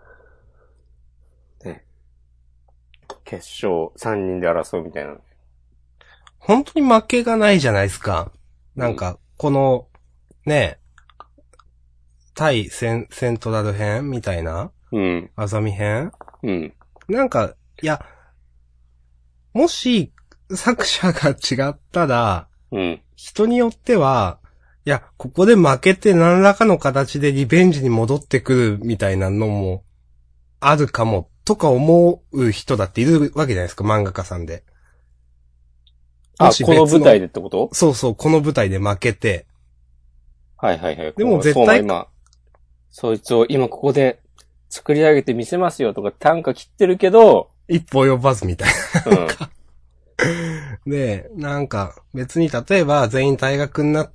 S2: ね、決勝3人で争うみたいな。
S1: 本当に負けがないじゃないですか。なんか、この、ね、対セントラル編みたいな。あざみ編。なんか、いや、もし、作者が違ったら、人によっては、いや、ここで負けて何らかの形でリベンジに戻ってくるみたいなのも、あるかも、とか思う人だっているわけじゃないですか、漫画家さんで。
S2: この舞台でってこと？
S1: そうそう、この舞台で負けて。
S2: はいはいはい。
S1: でも絶対、
S2: そいつを今ここで作り上げてみせますよとか単価切ってるけど、
S1: 一歩及ばずみたいな。で、なんか別に例えば全員退学になって、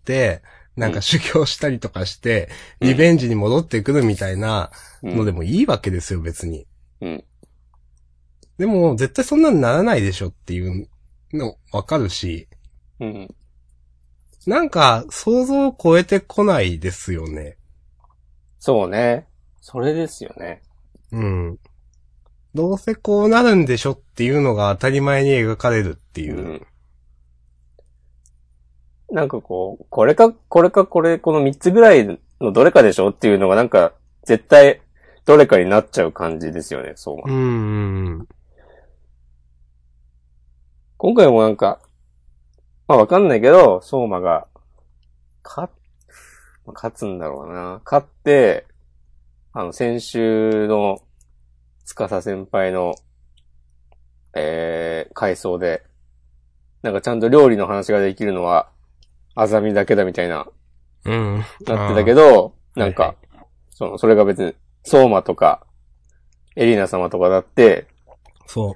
S1: なんか修行したりとかして、リベンジに戻ってくるみたいなのでもいいわけですよ、別に。でも絶対そんなにならないでしょっていうのわかるし。なんか想像を超えてこないですよね。
S2: そうね。それですよね。
S1: どうせこうなるんでしょっていうのが当たり前に描かれるっていう。
S2: なんかこう、これ、この3つぐらいのどれかでしょっていうのがなんか、絶対、どれかになっちゃう感じですよね、そう。今回もなんか、まあわかんないけど、相馬が、勝つんだろうな。勝って、先週の、司先輩の、回想で、なんかちゃんと料理の話ができるのは、あざみだけだみたいな、なってたけど、なんか、それが別に、相馬とか、エリナ様とかだって、
S1: そう。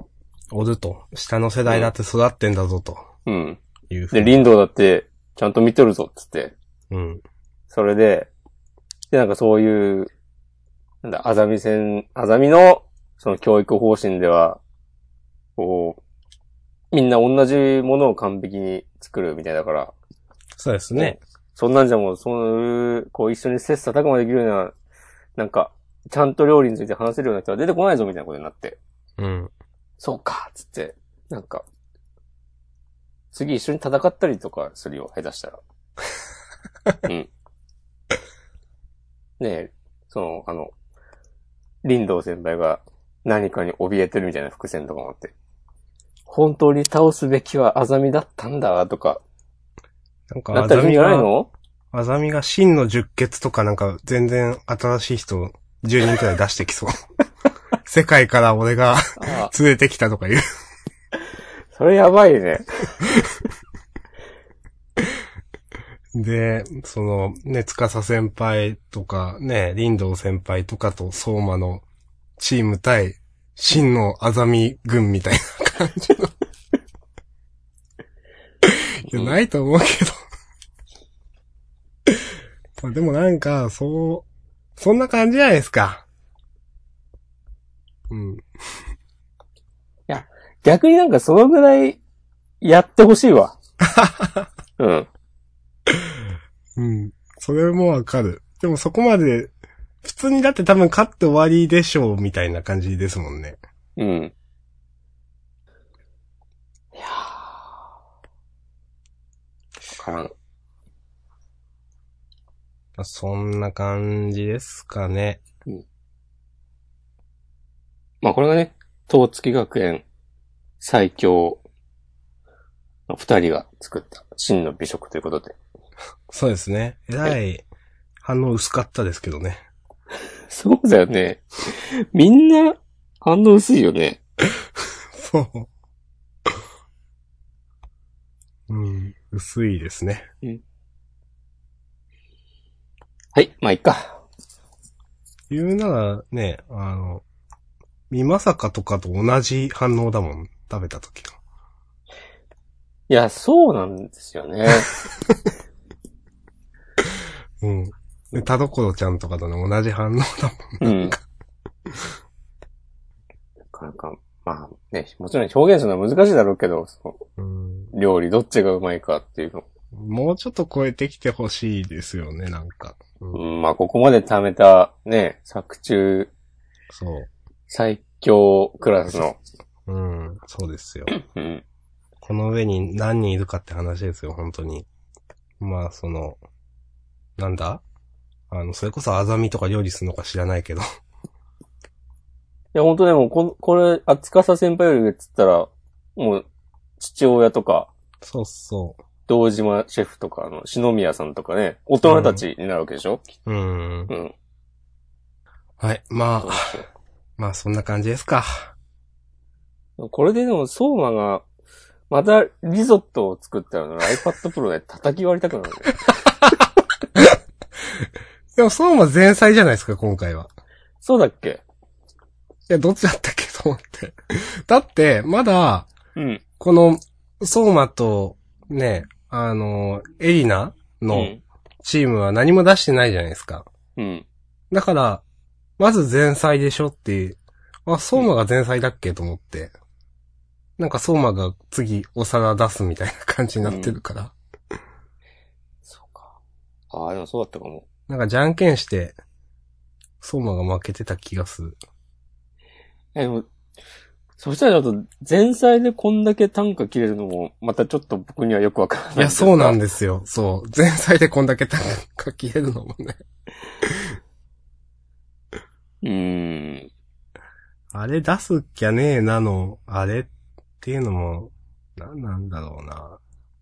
S1: おると。下の世代だって育ってんだぞと。
S2: で、林道だって、ちゃんと見とるぞ、つって。それで、なんかそういう、なんだ、あざみの、その教育方針では、こう、みんな同じものを完璧に作るみたいだから。
S1: そうですね。
S2: そんなんじゃもう、こう一緒に切磋琢磨できるような、なんか、ちゃんと料理について話せるような人は出てこないぞみたいなことになって。そうか、つって、なんか、次一緒に戦ったりとかするよ、下手したら。ねえ、林道先輩が何かに怯えてるみたいな伏線とかもあって。本当に倒すべきはアザミだったんだ、とか。
S1: なんかアザミが真の十血とかなんか全然新しい人10人くらい出してきそう。世界から俺が連れてきたとか言う。
S2: それやばいね。
S1: で、司先輩とか、ね、林道先輩とかと相馬のチーム対真のアザミ軍みたいな感じの。いや、ないと思うけど。まあでもなんか、そんな感じじゃないですか。
S2: いや、逆になんかそのぐらいやってほしいわ。
S1: それもわかる。でもそこまで、普通にだって多分勝って終わりでしょうみたいな感じですもんね。
S2: いやー。わからん。
S1: そんな感じですかね。
S2: まあこれがね、東月学園最強の2人が作った真の美食ということで。
S1: そうですね。えらい反応薄かったですけどね。
S2: そうだよね。みんな反応薄いよね。
S1: そう。薄いですね。
S2: はい、まあいっか。
S1: 言うならね、まさかとかと同じ反応だもん。食べた時が。
S2: いや、そうなんですよね。
S1: で、田所ちゃんとかとね、同じ反応だもん。なんか。
S2: なかなか、まあね、もちろん表現するのは難しいだろうけど、料理どっちがうまいかっていうの。
S1: もうちょっと超えてきてほしいですよね、なんか。
S2: まあここまで貯めたね、作中。
S1: そう。
S2: 最強クラスの。
S1: そうですよ。この上に何人いるかって話ですよ、本当に。まあ、なんだそれこそあざみとか料理するのか知らないけど。い
S2: や、本当でも、これ、司先輩よりっつったら、もう、父親とか。
S1: そうそう。
S2: 堂島シェフとか、篠宮さんとかね、大人たちになるわけでしょ。
S1: はい、まあそんな感じですか。
S2: これででも、相馬が、またリゾットを作ったの iPad Pro で叩き割りたくなる、ね。
S1: でも、相馬前菜じゃないですか、今回は。
S2: そうだっけ？
S1: いや、どっちだったっけと思って。だって、まだ、この、相馬と、ね、エリナのチームは何も出してないじゃないですか。だから、まず前菜でしょっていう。相馬が前菜だっけと思って。なんか相馬が次お皿出すみたいな感じになってるから。
S2: そうか。ああ、でもそうだったかも。
S1: なんかじゃんけんして、相馬が負けてた気がする。
S2: でも、そしたらちょっと前菜でこんだけ単価切れるのも、またちょっと僕にはよくわからない。
S1: いや、そうなんですよ。そう。前菜でこんだけ単価切れるのもね。あれ出すっきゃねえなの、あれっていうのも、なんなんだろうな。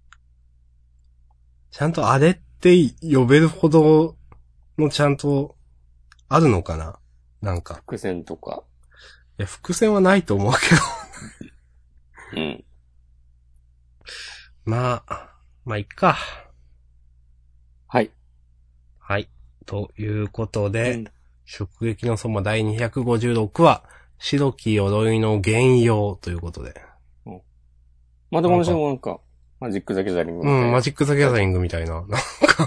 S1: ちゃんとあれって呼べるほどのちゃんとあるのかななんか。
S2: 伏線とか。
S1: いや、伏線はないと思うけど。まあ、いっか。
S2: はい。
S1: はい。ということで、直撃の相馬第256話、白き鎧の原用ということで。
S2: また今週もなんか、マジック・ザ・ギャザリングみたいな。
S1: マジック・ザ・ギャザリングみたいな。なんか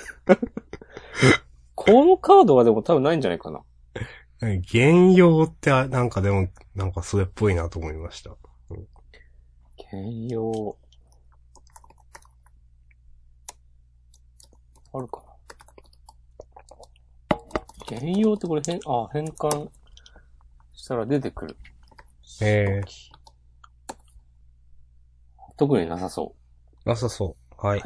S2: このカードはでも多分ないんじゃないかな。
S1: 原用ってなんかでも、なんかそれっぽいなと思いました。
S2: 原用。あるかな。原用ってこれ変換したら出てくる。特になさそう。
S1: なさそう。はい。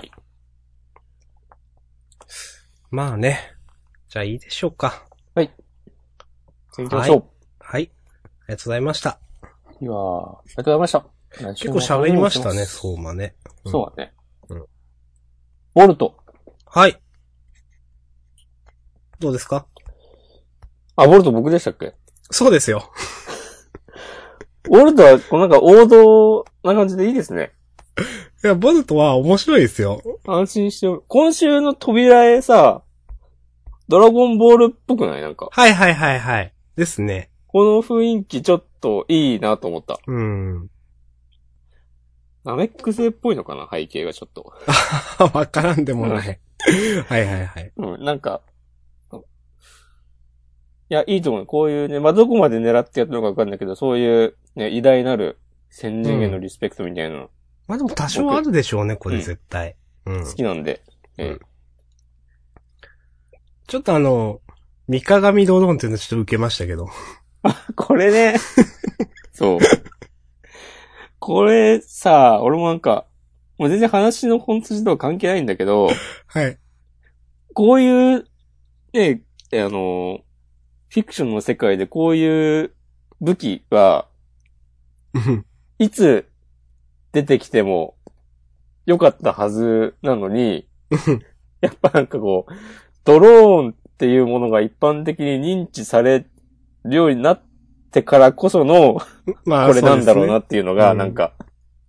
S1: まあね。じゃあいいでしょうか。
S2: はい。行きましょう。
S1: はい。ありがとうございました。
S2: いやー、ありがとうございました。
S1: 結構喋りましたね、相馬ね。
S2: そうだね。ボルト。
S1: はい。どうですか？
S2: ボルト僕でしたっけ？
S1: そうですよ。
S2: ボルトは、なんか王道な感じでいいですね。
S1: いや、ボルトは面白いですよ。
S2: 安心してる。今週の扉へさ、ドラゴンボールっぽくないなんか。
S1: はい。ですね。
S2: この雰囲気ちょっといいなと思った。ナメック星っぽいのかな背景がちょっと。
S1: わからんでもない。はい。
S2: なんか、いや、いいと思う。こういうね、どこまで狙ってやったのかわかんないけど、そういうね、偉大なる先人へのリスペクトみたいな。
S1: でも多少あるでしょうね、これ絶対。
S2: 好きなんで。
S1: ちょっと三鏡ドローンっていうのちょっと受けましたけど。
S2: これね。そう。これさ、俺もなんか、もう全然話の本筋とは関係ないんだけど、
S1: はい。
S2: こういう、ね、フィクションの世界でこういう武器は、いつ出てきても良かったはずなのに、やっぱなんかこう、ドローンっていうものが一般的に認知されるようになってからこその、これなんだろうなっていうのが、なんか、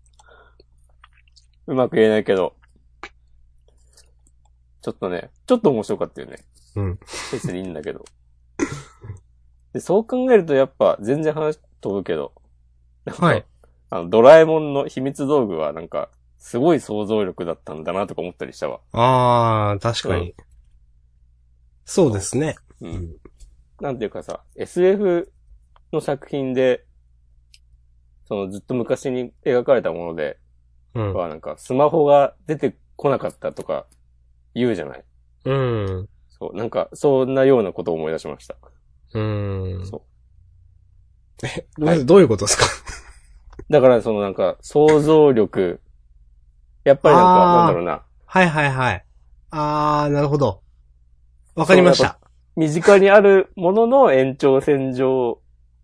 S2: うまく言えないけど、ちょっと面白かったよね。別にいいんだけど。で、そう考えるとやっぱ全然話飛ぶけど、
S1: はい。
S2: ドラえもんの秘密道具はなんか、すごい想像力だったんだなとか思ったりしたわ。
S1: 確かに。 そうですね。
S2: うん。なんていうかさ、SF の作品で、ずっと昔に描かれたもので、なんかスマホが出てこなかったとか言うじゃない。そう、なんか、そんなようなことを思い出しました。
S1: そう。はい、どういうことですか
S2: だからなんか、想像力、やっぱりなんか、なんだろうな。
S1: はいはいはい。なるほど。わかりました。
S2: 身近にあるものの延長線上。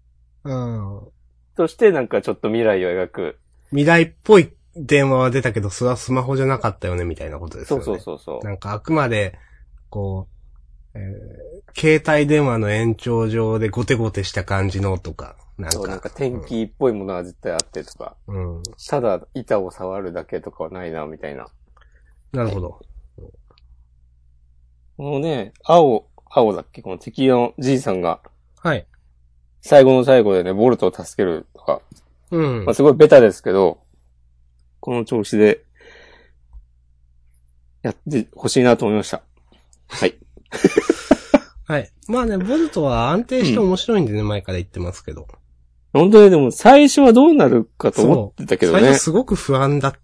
S2: としてなんかちょっと未来を描く。
S1: 未来っぽい電話は出たけど、それはスマホじゃなかったよね、みたいなことですよね。
S2: そう。
S1: なんかあくまで、携帯電話の延長上でゴテゴテした感じのとか、
S2: なんか天気っぽいものが絶対あってとか。ただ板を触るだけとかはないな、みたいな。
S1: なるほど。
S2: このね、青だっけこの敵のじいさんが。
S1: はい。
S2: 最後の最後でね、ボルトを助けるとか。
S1: ま
S2: あすごいベタですけど、この調子で、やってほしいなと思いました。はい。
S1: はい。まあね、ボルトは安定して面白いんでね、前から言ってますけど。
S2: 本当にでも最初はどうなるかと思ってたけどね。
S1: 最初すごく不安だった。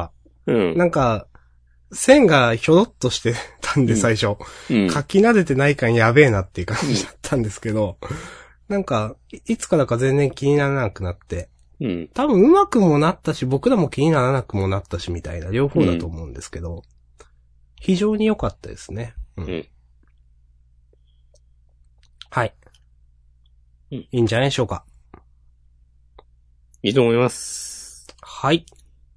S1: なんか、線がひょろっとしてたんで最初。書き慣れてない感やべえなっていう感じだったんですけど、なんか、いつからか全然気にならなくなって。多分上手くもなったし、僕らも気にならなくもなったしみたいな両方だと思うんですけど、非常に良かったですね。はい。いいんじゃないでしょうか。
S2: いいと思います。
S1: はい。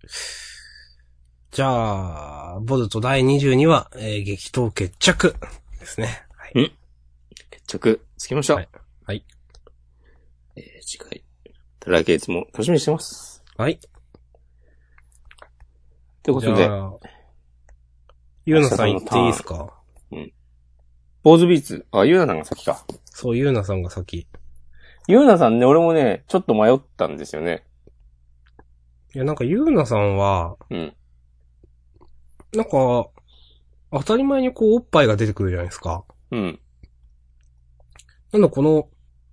S1: じゃあ、ボルト第22話、激闘決着ですね。
S2: はい。決着、つきました。
S1: はい。
S2: 次回、来月も楽しみにしてます。
S1: はい。
S2: ということで、
S1: ゆうなさん言っていいですか？
S2: ポーズビーツ。ゆうなさんが先か。
S1: そう、ゆうなさんが先。
S2: ゆうなさんね、俺もね、ちょっと迷ったんですよね。
S1: いや、なんかゆうなさんは、なんか、当たり前におっぱいが出てくるじゃないですか。なんだこの、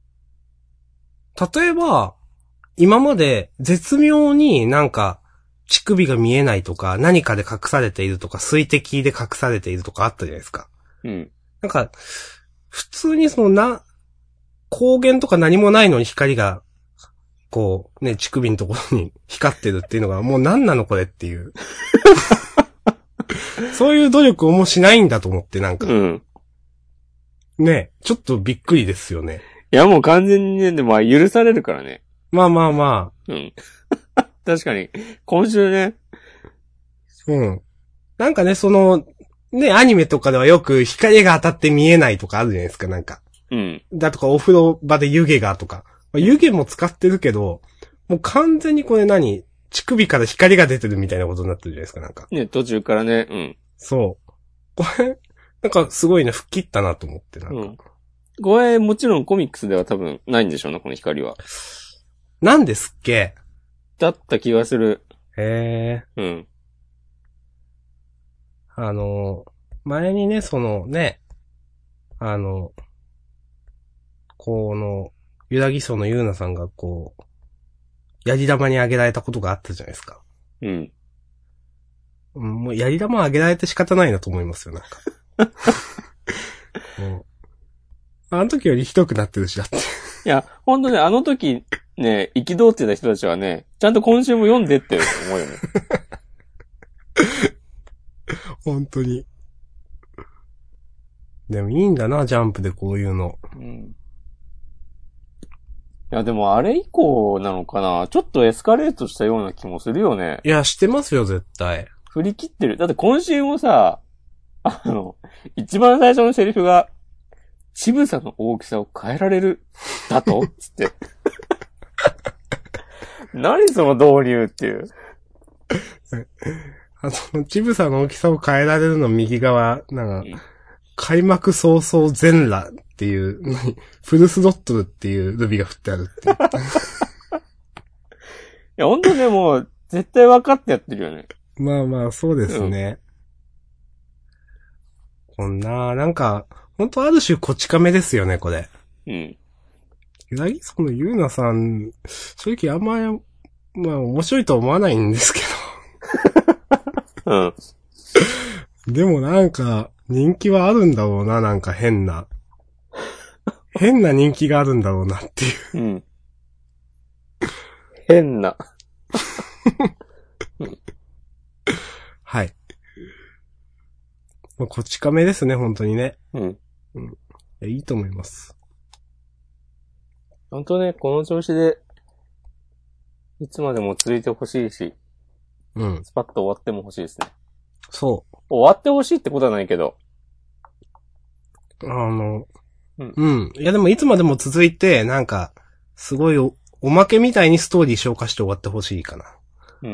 S1: 例えば、今まで絶妙になんか、乳首が見えないとか、何かで隠されているとか、水滴で隠されているとかあったじゃないですか。なんか、普通に光源とか何もないのに光が、乳首のところに光ってるっていうのが、もう何なのこれっていう。そういう努力をもうしないんだと思って、なんか。ね、ちょっとびっくりですよね。
S2: いや、もう完全にね、でも許されるからね。
S1: まあ。
S2: 確かに、今週ね。
S1: なんかね、アニメとかではよく光が当たって見えないとかあるじゃないですか、なんか。だとか、お風呂場で湯気がとか。湯気も使ってるけど、もう完全にこれ乳首から光が出てるみたいなことになってるじゃないですか、なんか。
S2: ね、途中からね、
S1: そう。これ、なんかすごいね、吹っ切ったなと思って、なんか。
S2: これ、もちろんコミックスでは多分ないんでしょうね、この光は。
S1: なんですっけ？
S2: だった気がする。
S1: へえ。前にね、ゆらぎそうのゆうなさんがやり玉にあげられたことがあったじゃないですか。もうやり玉あげられて仕方ないなと思いますよ、なんか。もうあの時よりひどくなってるし、だって。
S2: いや、ほんとね、あの時ね、憤ってた人たちはね、ちゃんと今週も読んでって思うよね。
S1: 本当に。でもいいんだな、ジャンプでこういうの。
S2: いや、でもあれ以降なのかな？ちょっとエスカレートしたような気もするよね。
S1: いや、してますよ、絶対。
S2: 振り切ってる。だって今週もさ、一番最初のセリフが、乳房の大きさを変えられる、だとつって。何その導入っていう。
S1: 乳房の大きさを変えられるの右側、開幕早々全裸っていう、フルスロットルっていうルビが振ってあるっていう。い
S2: や、ほんとね、もう、絶対分かってやってるよね。
S1: まあ、そうですね。なんか、 本当ある種こち亀ですよね、これ。
S2: うん。
S1: 柳そのゆうなさん、正直あんまり、まあ面白いとは思わないんですけ
S2: ど。
S1: うん。でもなんか、人気はあるんだろうな、なんか変な人気があるんだろうなっていう。
S2: うん。変な。
S1: はい。まあ、こち亀ですね、本当にね。
S2: うん。
S1: うん。いいと思います。
S2: 本当ね、この調子で、いつまでも続いてほしいし、
S1: うん。
S2: スパッと終わってもほしいですね。
S1: そう。
S2: 終わってほしいってことはないけど。
S1: うん。いやでもいつまでも続いて、なんか、すごいおまけみたいにストーリー消化して終わってほしいかな。
S2: うん。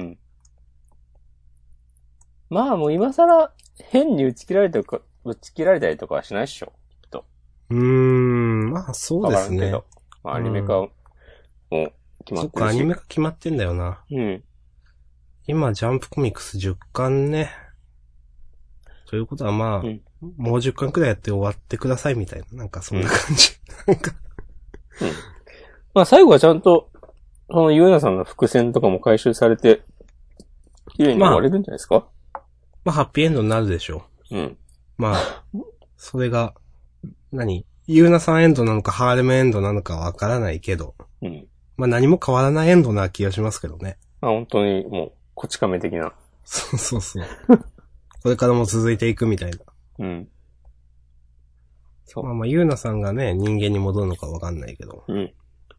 S2: まあもう今更、変に打ち切られたりとかはしないっしょ。きっと。
S1: まあそうですね。
S2: まあアニメ化も決まってるし。
S1: そっか、アニメ化決まってんだよな。
S2: うん。
S1: 今、ジャンプコミックス10巻ね。ということはまあ、もう10巻くらいやって終わってくださいみたいな。なんかそんな感じ。なんか。
S2: まあ最後はちゃんと、そのユーナさんの伏線とかも回収されて、綺麗に終われるんじゃないですか？
S1: まあハッピーエンドになるでしょ
S2: う。うん。
S1: まあ、それが、ユーナさんエンドなのかハーレムエンドなのかわからないけど。
S2: うん。
S1: まあ何も変わらないエンドな気がしますけどね。
S2: まあ本当にもう、こち亀的な。
S1: そう。これからも続いていくみたいな。
S2: うん。
S1: そう。まあ、ゆうなさんがね、人間に戻るのかわかんないけど。
S2: うん。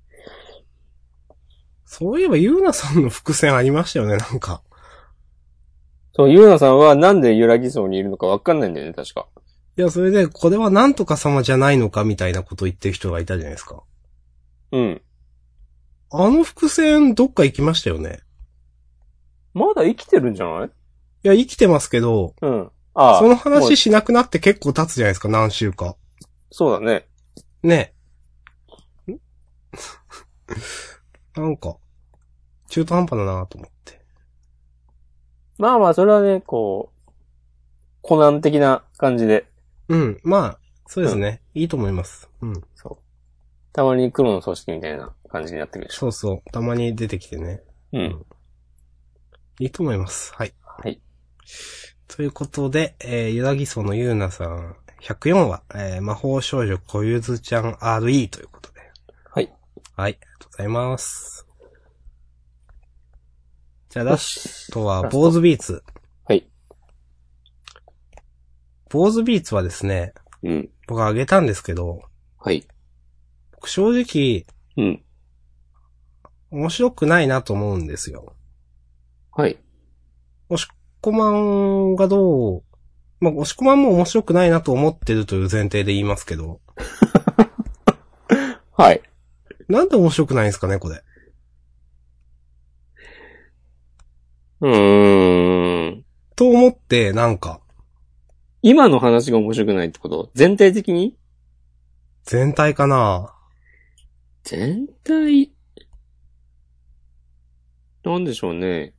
S1: そういえばゆうなさんの伏線ありましたよね、なんか。
S2: そう、ゆうなさんはなんで揺らぎそうにいるのかわかんないんだよね、確か。
S1: いや、それで、これはなんとか様じゃないのかみたいなことを言ってる人がいたじゃないですか。
S2: うん。
S1: あの伏線どっか行きましたよね。
S2: まだ生きてるんじゃない？
S1: いや、生きてますけど、
S2: うん。ああ。
S1: その話しなくなって結構経つじゃないですか、何週か。
S2: そうだね。
S1: ね。なんか、中途半端だなと思って。
S2: まあまあ、それはね、こう、コナン的な感じで。
S1: うん、まあ、そうですね。いいと思います。うん。
S2: そう。たまに黒の組織みたいな感じになってくるでしょ。
S1: そう。たまに出てきてね。
S2: うん。
S1: いいと思います。はい。
S2: はい。
S1: ということで、ゆらぎそのゆうなさん、104話、魔法少女小ゆずちゃん RE ということで。
S2: はい。
S1: はい、ありがとうございます。じゃあラストは、坊主ビーツ。
S2: はい。
S1: 坊主ビーツはですね、
S2: うん。
S1: 僕あげたんですけど、
S2: はい。
S1: 僕正直、
S2: うん。
S1: 面白くないなと思うんですよ。
S2: はい。
S1: 押し込まんがどう、まあ、押し込まんも面白くないなと思ってるという前提で言いますけど。
S2: はい。
S1: なんで面白くないんですかね、これ。と思って、なんか。
S2: 今の話が面白くないってこと？全体的に？
S1: 全体かな？
S2: 全体なんでしょうね。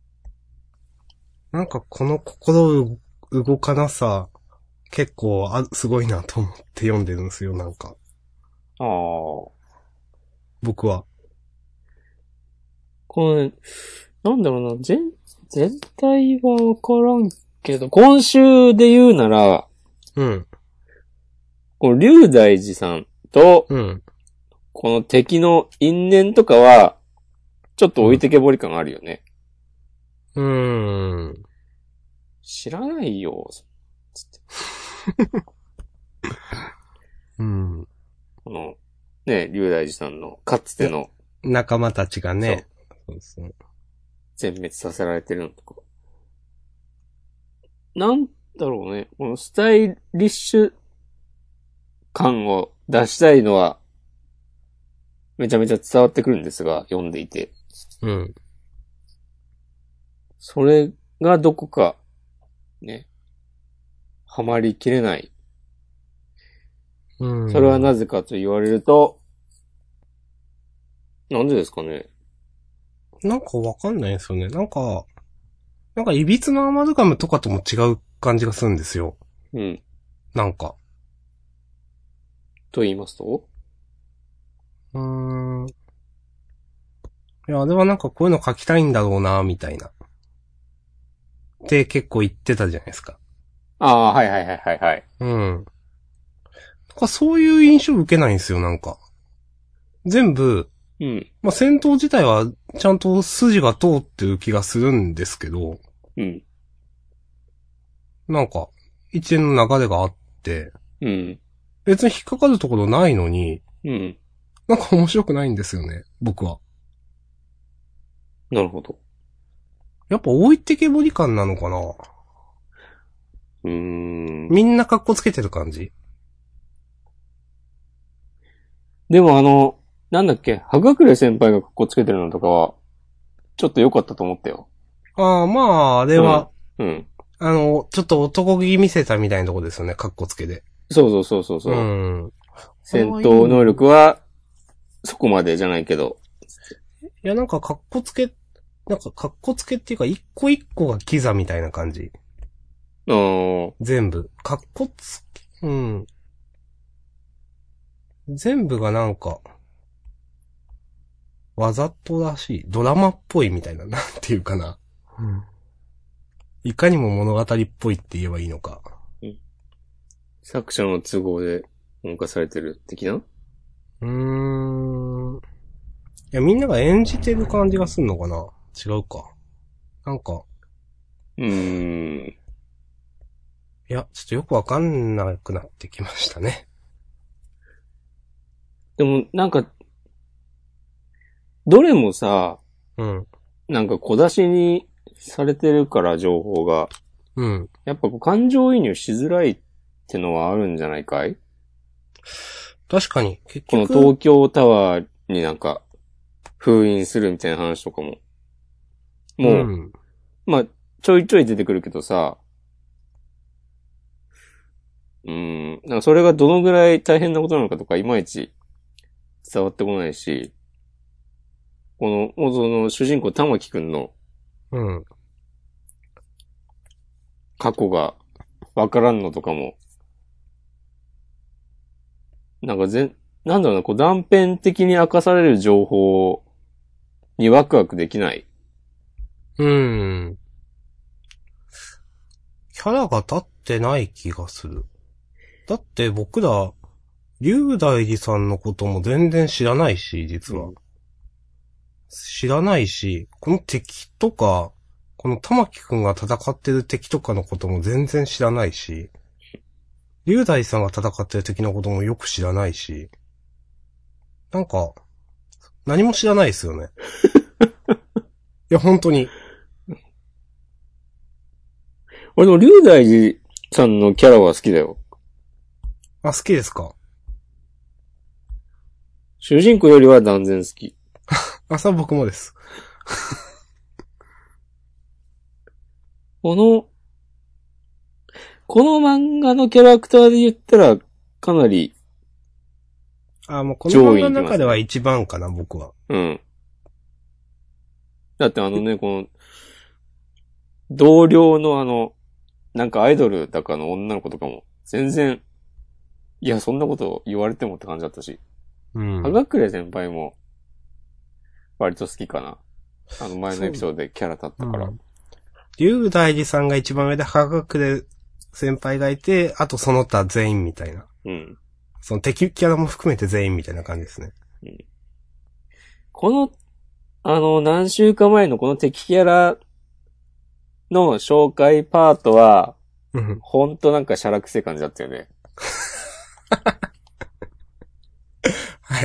S1: なんかこの心動かなさ、結構すごいなと思って読んでるんですよ、なんか。
S2: ああ。
S1: 僕は。
S2: これ、なんだろうな、全体はわからんけど、今週で言うなら、
S1: うん。
S2: この龍大寺さんと、
S1: うん。
S2: この敵の因縁とかは、ちょっと置いてけぼり感あるよね。知らないよ、つって。
S1: うん。
S2: この、ね、龍大寺さんのかつての
S1: 仲間たちがね、
S2: そう全滅させられてるのとか。なんだろうね、このスタイリッシュ感を出したいのは、めちゃめちゃ伝わってくるんですが、読んでいて。
S1: うん。
S2: それがどこか、ね、はまりきれない。
S1: うん。
S2: それはなぜかと言われると、なんでですかね。
S1: なんかわかんないんですよね。なんか、いびつなアマルガムとかとも違う感じがするんですよ。
S2: うん。
S1: なんか。
S2: と言いますと？
S1: いや、あれはなんかこういうの書きたいんだろうな、みたいな。って結構言ってたじゃないですか。
S2: ああ、はいはいはいはいはい。
S1: うん。そういう印象受けないんですよ、なんか。全部、
S2: うん。
S1: まあ、戦闘自体はちゃんと筋が通ってる気がするんですけど、
S2: うん。
S1: なんか、一連の流れがあって、
S2: うん。
S1: 別に引っかかるところないのに、
S2: うん。
S1: なんか面白くないんですよね、僕は。
S2: なるほど。
S1: やっぱ置いてけぼり感なのかな。みんな格好つけてる感じ。
S2: でもなんだっけ、はがくれ先輩が格好つけてるのとかは、ちょっと良かったと思ったよ。
S1: ああ、まあ、あれは、
S2: うん。
S1: ちょっと男気見せたみたいなとこですよね、格好つけで。
S2: そうそうそうそう。
S1: うん。
S2: 戦闘能力は、そこまでじゃないけど。
S1: いや、なんか格好つけっていうか、一個一個がキザみたいな感じ。全部。格好つけ、うん。全部がなんか、わざとらしい。ドラマっぽいみたいな、なんていうかな。うん。いかにも物語っぽいって言えばいいのか。
S2: うん。作者の都合で動かされてる的な？
S1: いや、みんなが演じてる感じがすんのかな？違うか。なんか。いや、ちょっとよくわかんなくなってきましたね。
S2: でも、なんか、どれもさ、
S1: うん。
S2: なんか小出しにされてるから情報が。
S1: うん。
S2: やっぱ感情移入しづらいってのはあるんじゃないかい？
S1: 確かに。結
S2: 局。この東京タワーになんか、封印するみたいな話とかも。もう、まあ、ちょいちょい出てくるけどさ、なんかそれがどのぐらい大変なことなのかとかいまいち伝わってこないし、その主人公玉木くんの、過去がわからんのとかも、なんかなんだろうな、こう断片的に明かされる情報にワクワクできない。
S1: キャラが立ってない気がする。だって僕ら、龍大寺さんのことも全然知らないし、実は。知らないし、この敵とか、この玉木くんが戦ってる敵とかのことも全然知らないし、龍大さんが戦ってる敵のこともよく知らないし、なんか、何も知らないですよね。いや、本当に。
S2: 俺でも龍大寺さんのキャラは好きだよ。
S1: あ、好きですか？
S2: 主人公よりは断然好き。
S1: それは僕もです。
S2: この漫画のキャラクターで言ったら、かなり、
S1: もうこの漫画の中では一番かな、僕は。
S2: うん。だってこの、同僚のなんかアイドルだかの女の子とかも、全然、いや、そんなこと言われてもって感じだったし。はがくれ先輩も、割と好きかな。前のエピソードでキャラ立ったから。
S1: 龍大寺さんが一番上で、はがくれ先輩がいて、あとその他全員みたいな。その敵キャラも含めて全員みたいな感じですね。
S2: この、何週間前のこの敵キャラの紹介パートは、ほんとなんかシャラくせえ感じだったよね。
S1: はい。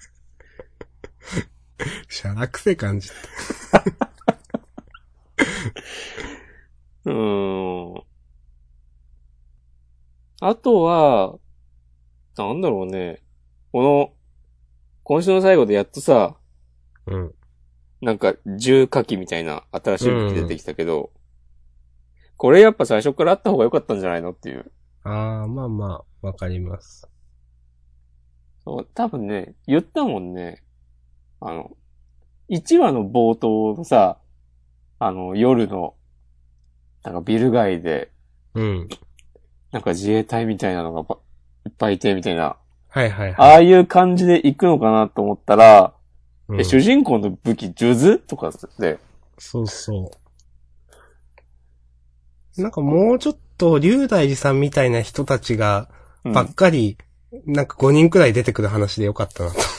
S1: シャラくせえ感じって。
S2: あとは、なんだろうね。今週の最後でやっとさ、なんか、重火器みたいな新しい武器出てきたけど、これやっぱ最初からあった方が良かったんじゃないのっていう。
S1: まあまあ、わかります。
S2: そう、多分ね、言ったもんね。1話の冒頭のさ、夜の、なんかビル街で、なんか自衛隊みたいなのがいっぱいいて、みたいな。
S1: はいはいはい。
S2: ああいう感じで行くのかなと思ったら、主人公の武器、数珠とかで。
S1: そうそう。なんかもうちょっと、龍大寺さんみたいな人たちが、ばっかり、なんか5人くらい出てくる話でよかったなと思って。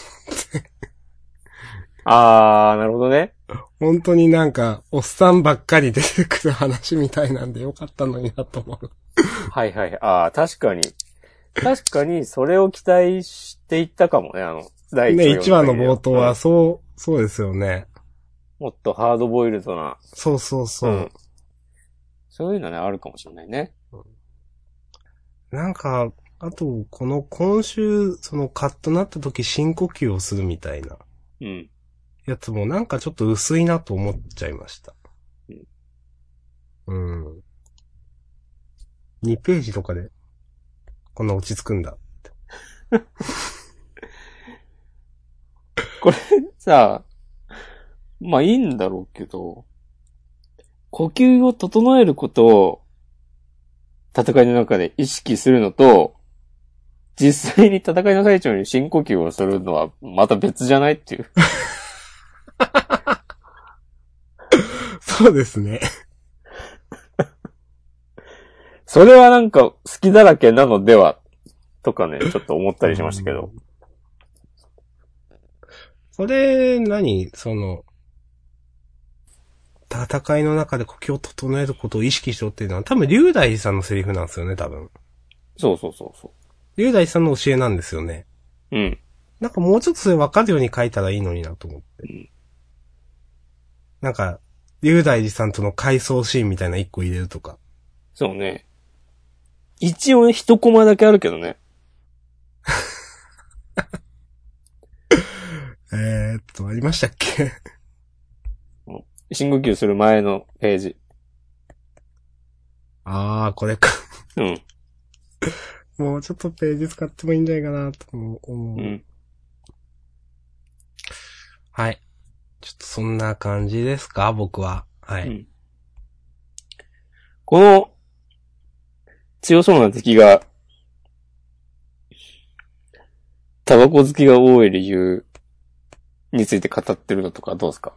S2: あー、なるほどね。
S1: 本当になんか、おっさんばっかり出てくる話みたいなんでよかったのになと思う。
S2: はいはい。あー、確かに。確かに、それを期待していったかもね、
S1: 第1話の冒頭は、そうですよね。
S2: もっとハードボイルドな。
S1: そうそうそう。
S2: そういうのね、あるかもしれないね。
S1: なんか、あと、今週、カットなった時深呼吸をするみたいな。やつもなんかちょっと薄いなと思っちゃいました。2ページとかで、こんな落ち着くんだって。
S2: これさ、まあいいんだろうけど、呼吸を整えることを戦いの中で意識するのと、実際に戦いの最中に深呼吸をするのはまた別じゃないっていう。
S1: そうですね。
S2: それはなんか好きだらけなのでは、とかね、ちょっと思ったりしましたけど。
S1: それ、戦いの中で呼吸を整えることを意識しろっていうのは多分龍大寺さんのセリフなんですよね、多分。
S2: そうそうそうそう。
S1: 龍大寺さんの教えなんですよね。なんかもうちょっとそれ分かるように書いたらいいのになと思って。なんか、龍大寺さんとの回想シーンみたいな一個入れるとか。
S2: そうね。一応ね、一コマだけあるけどね。
S1: ありましたっけ
S2: 深呼吸する前のページ。
S1: これか。もうちょっとページ使ってもいいんじゃないかなと思う。はい。ちょっとそんな感じですか僕は。はい。
S2: この、強そうな敵が、タバコ好きが多い理由について語ってるのとかどうですか？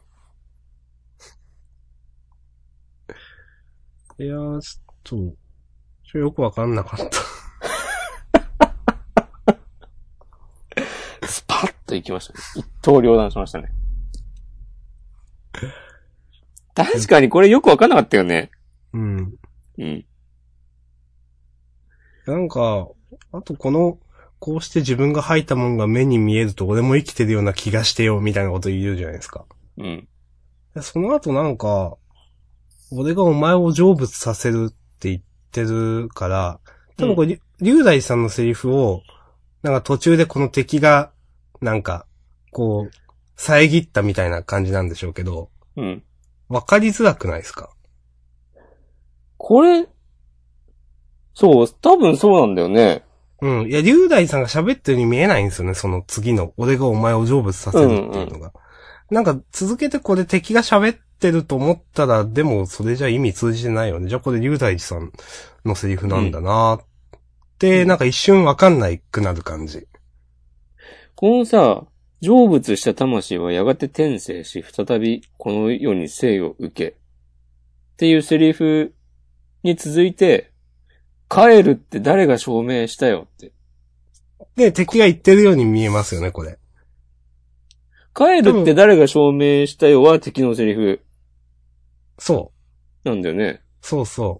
S1: いやー、ちょっとよくわかんなかった。
S2: スパッと行きましたね。一刀両断しましたね。確かにこれよくわかんなかったよね。
S1: なんか、あとこうして自分が吐いたもんが目に見えると俺も生きてるような気がしてよ、みたいなこと言うじゃないですか。その後なんか、俺がお前を成仏させるって言ってるから、多分これ、龍大さんのセリフを、なんか途中でこの敵が、なんか、こう、遮ったみたいな感じなんでしょうけど、わかりづらくないですか？
S2: これ、そう、多分そうなんだよね。
S1: いや、龍大さんが喋ってるように見えないんですよね、その次の、俺がお前を成仏させるっていうのが。なんか、続けてこれ敵が喋ってると思ったら、でもそれじゃ意味通じてないよね。じゃあこれ龍大さんのセリフなんだなって、なんか一瞬わかんないくなる感じ。
S2: このさ、成仏した魂はやがて転生し、再びこの世に生を受け。っていうセリフに続いて、帰るって誰が証明したよって。
S1: で、敵が言ってるように見えますよね、これ。
S2: 帰るって誰が証明したよは敵のセリフ。
S1: そう。
S2: なんだよね。
S1: そうそう。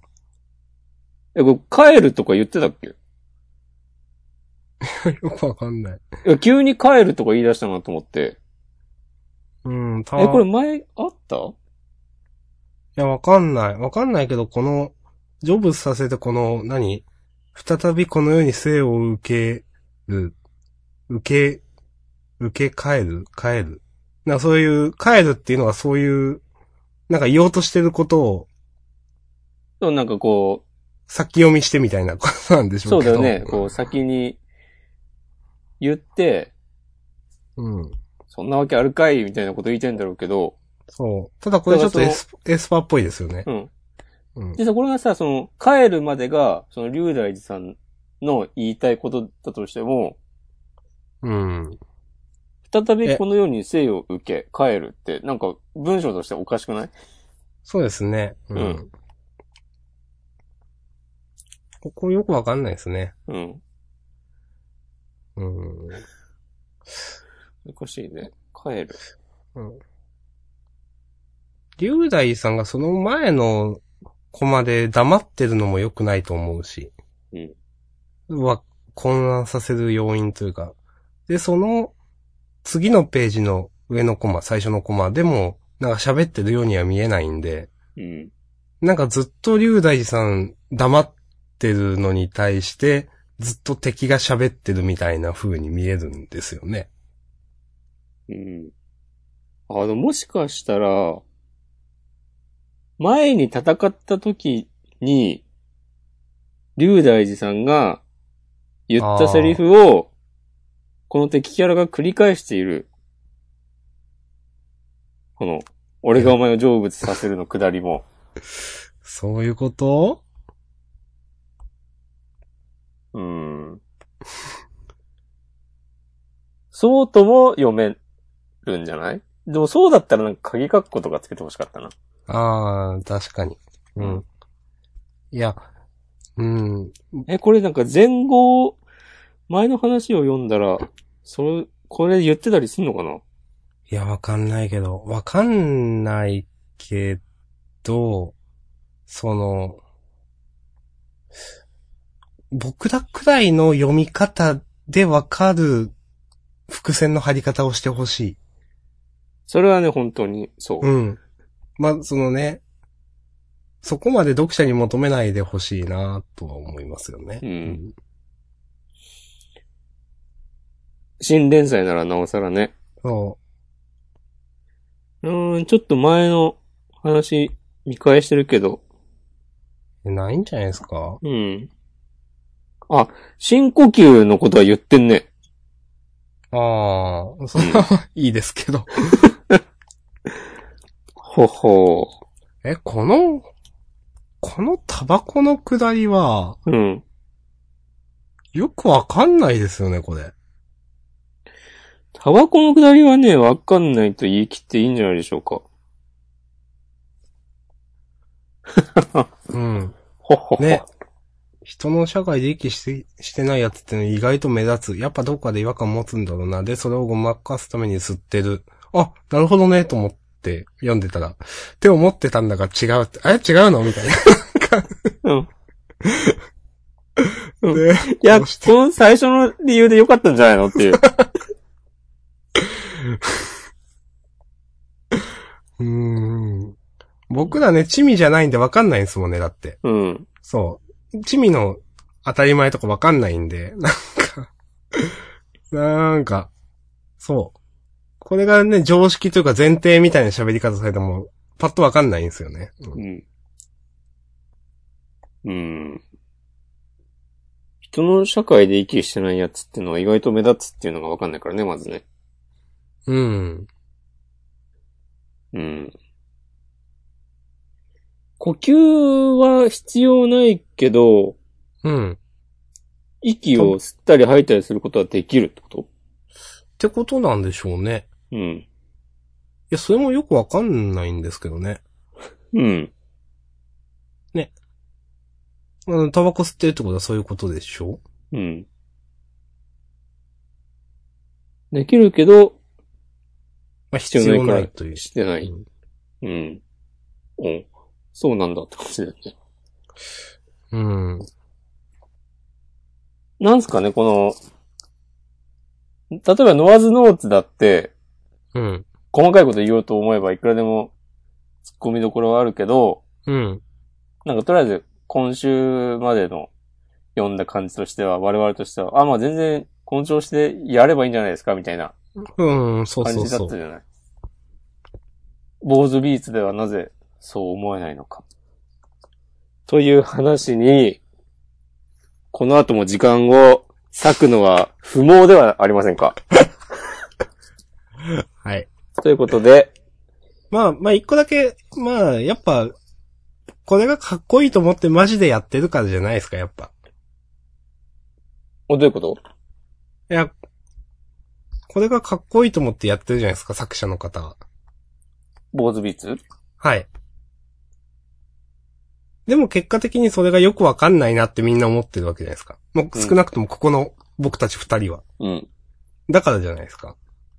S2: これ帰るとか言ってたっけ？
S1: よくわかんない。
S2: 急に帰るとか言い出したなと思って。これ前あった？い
S1: や、わかんない。わかんないけど、この、成仏させてこの、再びこの世に生を受け帰るなんかそういう、帰るっていうのはそういう、なんか言おうとしてること
S2: を、なんかこう、
S1: 先読みしてみたいなことなんでしょうけど。
S2: そうだよね。こう先に言って、そんなわけあるかいみたいなこと言いたいんだろうけど。
S1: そう。ただこれちょっとエスパーっぽいですよね。
S2: でさ、これがさ、帰るまでが、龍大寺さんの言いたいことだとしても、
S1: うん。
S2: 再びこの世に生を受け、帰るって、なんか文章としておかしくない？
S1: そうですね。うん。ここよくわかんないですね。
S2: うん。難しいね。帰る。
S1: うん。龍大さんがその前のコマで黙ってるのも良くないと思うし。
S2: うん。
S1: 混乱させる要因というか。で、その次のページの上のコマ、最初のコマでも、なんか喋ってるようには見えないんで。
S2: うん。
S1: なんかずっと龍大さん黙ってるのに対して、ずっと敵が喋ってるみたいな風に見えるんですよね。
S2: うん。もしかしたら、前に戦った時に、龍大寺さんが言ったセリフを、この敵キャラが繰り返している。この、俺がお前を成仏させるのくだりも。
S1: そういうこと？
S2: そうとも読めるんじゃない？でもそうだったらなんか鍵括弧とかつけてほしかったな。
S1: ああ、確かに。うん。いや、うん。
S2: これなんか前後、前の話を読んだら、これ言ってたりすんのかな？
S1: いや、わかんないけど、僕らくらいの読み方でわかる伏線の張り方をしてほしい。
S2: それはね、本当に、そう。
S1: うん。まあ、そこまで読者に求めないでほしいなとは思いますよね。
S2: うん。新連載ならなおさらね。
S1: そう。
S2: ちょっと前の話見返してるけど。
S1: ないんじゃないですか？
S2: うん。あ、深呼吸のことは言ってんね。
S1: ああ、それはいいですけど。
S2: ほほ
S1: ー。このタバコのくだりは、
S2: うん。
S1: よくわかんないですよね、これ。
S2: タバコのくだりはね、わかんないと言い切っていいんじゃないでしょうか。
S1: うん。
S2: ほほほ。
S1: ね。人の社会で息してないやつっての意外と目立つ。やっぱどっかで違和感持つんだろうな。で、それをごまかすために吸ってる。あ、なるほどね、と思って読んでたら。って思ってたんだが違うって。違うのみたいな。
S2: うん。で、いや、この最初の理由でよかったんじゃないのっていう。
S1: 僕らね、チミじゃないんでわかんないんですもんね、だって。
S2: うん。
S1: そう。チミの当たり前とかわかんないんで、なんか、そう。これがね、常識というか前提みたいな喋り方されても、パッとわかんないんですよね。
S2: うん。人の社会で息してないやつっていうのは意外と目立つっていうのがわかんないからね、まずね。
S1: うん。
S2: 呼吸は必要ないけど、
S1: うん。
S2: 息を吸ったり吐いたりすることはできるってこと？
S1: ってことなんでしょうね。
S2: うん。
S1: いや、それもよくわかんないんですけどね。
S2: うん。
S1: ね。タバコ吸ってるってことはそういうことでしょ？
S2: うん。できるけど、
S1: まあ、必要ないという。
S2: してない。うん。うん。そうなんだって感じだよね。
S1: うん。
S2: なんすかね、この、例えばノアズノーツだって、
S1: うん。
S2: 細かいこと言おうと思えばいくらでも突っ込みどころはあるけど、
S1: うん。
S2: なんかとりあえず今週までの読んだ感じとしては、我々としては、まあ全然この調子でやればいいんじゃないですかみたいな
S1: そうそうそう。
S2: 感じだったじゃない。坊主ビーツではなぜそう思えないのか。という話に、この後も時間を割くのは不毛ではありませんか？
S1: はい。
S2: ということで。
S1: まあ、一個だけ、やっぱ、これがかっこいいと思ってマジでやってるからじゃないですか、やっぱ。
S2: どういうこと？
S1: いや、 これがかっこいいと思ってやってるじゃないですか、作者の方は。
S2: 坊主ビーツ？
S1: はい。でも結果的にそれがよくわかんないなってみんな思ってるわけじゃないですか。もう少なくともここの僕たち二人は。
S2: うん。
S1: だからじゃないですか。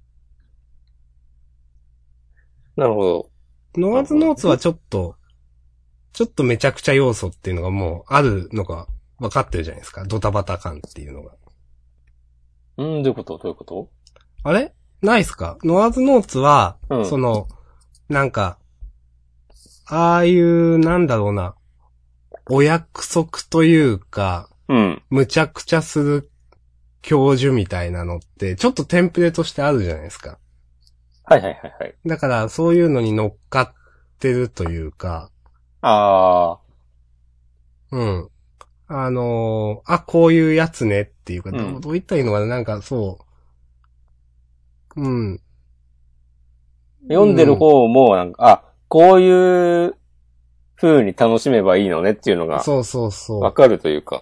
S2: なるほど。
S1: ノアズノーツはちょっとめちゃくちゃ要素っていうのがもうあるのが分かってるじゃないですか。ドタバタ感っていうのが。
S2: どういうこと
S1: あれないっすか？ノアズノーツは、
S2: うん、
S1: なんか、ああいう、なんだろうな、お約束というか、
S2: うん。
S1: むちゃくちゃする教授みたいなのって、ちょっとテンプレとしてあるじゃないですか。
S2: はい。
S1: だから、そういうのに乗っかってるというか、うん。こういうやつねっていうか、どう言ったらいいのかな、なんかそう。うん。
S2: 読んでる方も、なんか、こういう風に楽しめばいいのねっていうのが、
S1: そう。
S2: わかるというか。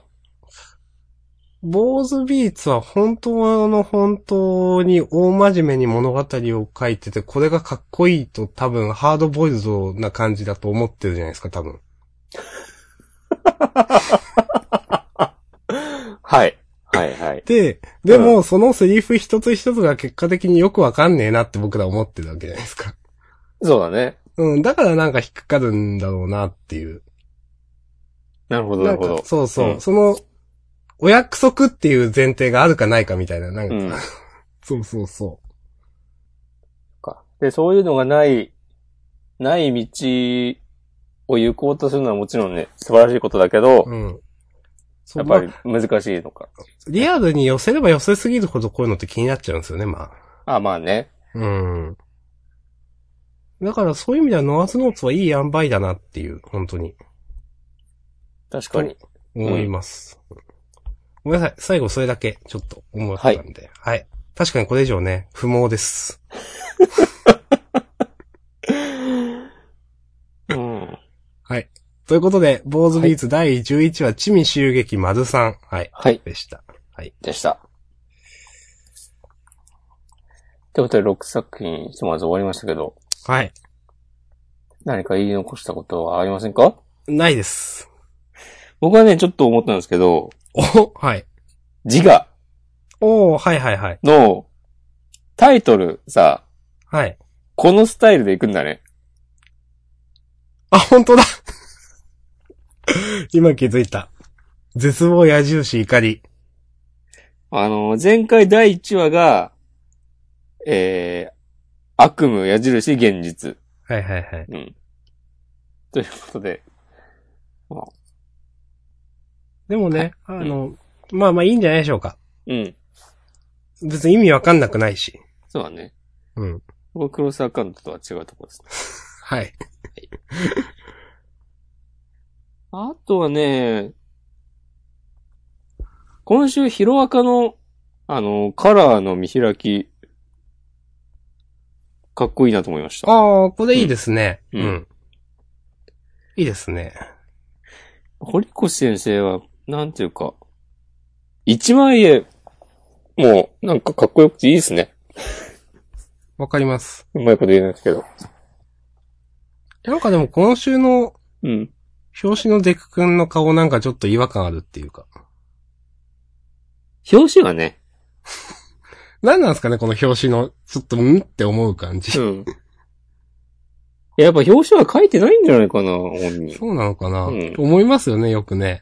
S1: 坊主ビーツは本当に大真面目に物語を書いてて、これがかっこいいと多分ハードボイルドな感じだと思ってるじゃないですか、多分。
S2: はい。
S1: でも、そのセリフ一つ一つが結果的によくわかんねえなって僕ら思ってるわけじゃないですか。
S2: そうだね。
S1: うん、だからなんか引っかかるんだろうなっていう。
S2: なるほど。
S1: そう、その、お約束っていう前提があるかないかみたいな、なんか、そう。
S2: で、そういうのがない道を行こうとするのはもちろんね、素晴らしいことだけど、やっぱり難しいのか。
S1: リアルに寄せれば寄せすぎるほどこういうのって気になっちゃうんですよね、ま
S2: あ。まあね。
S1: だからそういう意味ではノアズノーツはいい塩梅だなっていう、本当に。
S2: 確かに。
S1: 思います。ごめんなさい。最後それだけちょっと思ったんで。はい。確かにこれ以上ね、不毛です。はい。ということで、坊主ビーツ第11話、地味襲撃丸3。はい。でした。
S2: でした。ということで、6作品、ひとまず終わりましたけど。
S1: はい。
S2: 何か言い残したことはありませんか？
S1: ないです。
S2: 僕はね、ちょっと思ったんですけど。
S1: はい。
S2: 自我。
S1: はい。
S2: の、タイトルさ。
S1: はい。
S2: このスタイルで行くんだね。
S1: 本当だ。今気づいた。絶望矢印怒り。
S2: 前回第1話が、悪夢矢印現実。
S1: はい。
S2: ということで。
S1: でもね、まあいいんじゃないでしょうか。別に意味わかんなくないし。
S2: そうだね。クロスアカウントとは違うところですね。
S1: はい。
S2: あとはね、今週ヒロアカの、カラーの見開き、かっこいいなと思いました。
S1: これいいですね。いいですね。
S2: 堀越先生は、なんていうか、一枚絵、もう、なんかかっこよくていいですね。
S1: わかります。
S2: うまいこと言えないですけど。
S1: なんかでも今週の、表紙のデク君の顔なんかちょっと違和感あるっていうか。
S2: 表紙はね。
S1: 何なんですかね、この表紙の、ちょっとって思う感じ。
S2: やっぱ表紙は書いてないんじゃないかな、本人。
S1: そうなのかな、思いますよね、よくね。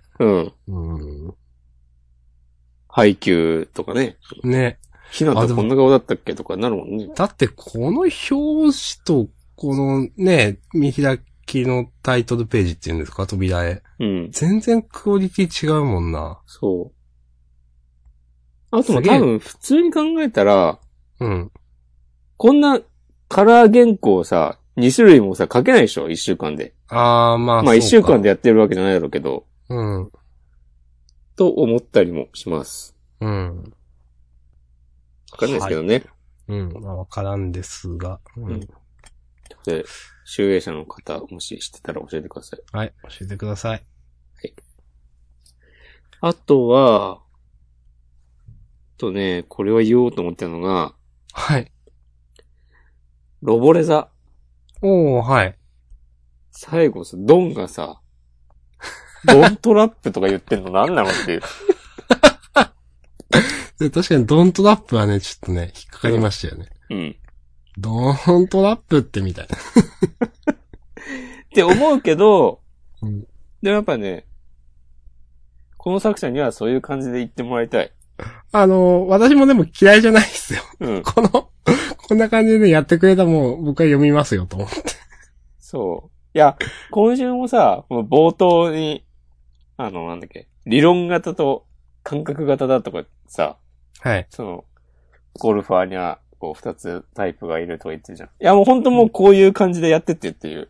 S2: 配給とかね。
S1: ね。
S2: ひなたこんな顔だったっけとかなるもんね。
S1: だってこの表紙と、このね、見開きのタイトルページっていうんですか、扉絵。全然クオリティ違うもんな。
S2: そう。あとも多分普通に考えたら、こんなカラー原稿をさ、2種類もさ、書けないでしょ ?1 週間で。
S1: まあ
S2: 1週間でやってるわけじゃないだろうけど。と思ったりもします。わかんないですけどね。
S1: わからんですが。
S2: で、集英社の方、もし知ってたら教えてください。
S1: はい、教えてください。
S2: あとは、これは言おうと思ったのが、
S1: はい。
S2: ロボレザ。
S1: はい。
S2: 最後さ、ドンがさ、ドントラップとか言ってんの何なのっていう。
S1: 確かにドントラップはね、ちょっとね、引っかかりましたよね。
S2: うん。
S1: ドントラップってみたいな。
S2: って思うけど、
S1: うん、
S2: でもやっぱね、この作者にはそういう感じで言ってもらいたい。
S1: 私もでも嫌いじゃないですよ。
S2: うん。
S1: こんな感じでね、やってくれたもん、僕は読みますよ、と思って。
S2: そう。いや、今週もさ、この冒頭に、なんだっけ、理論型と感覚型だとかさ、
S1: はい。
S2: ゴルファーには、こう、二つタイプがいるとか言ってるじゃん。いや、もう本当もうこういう感じでやってっていう。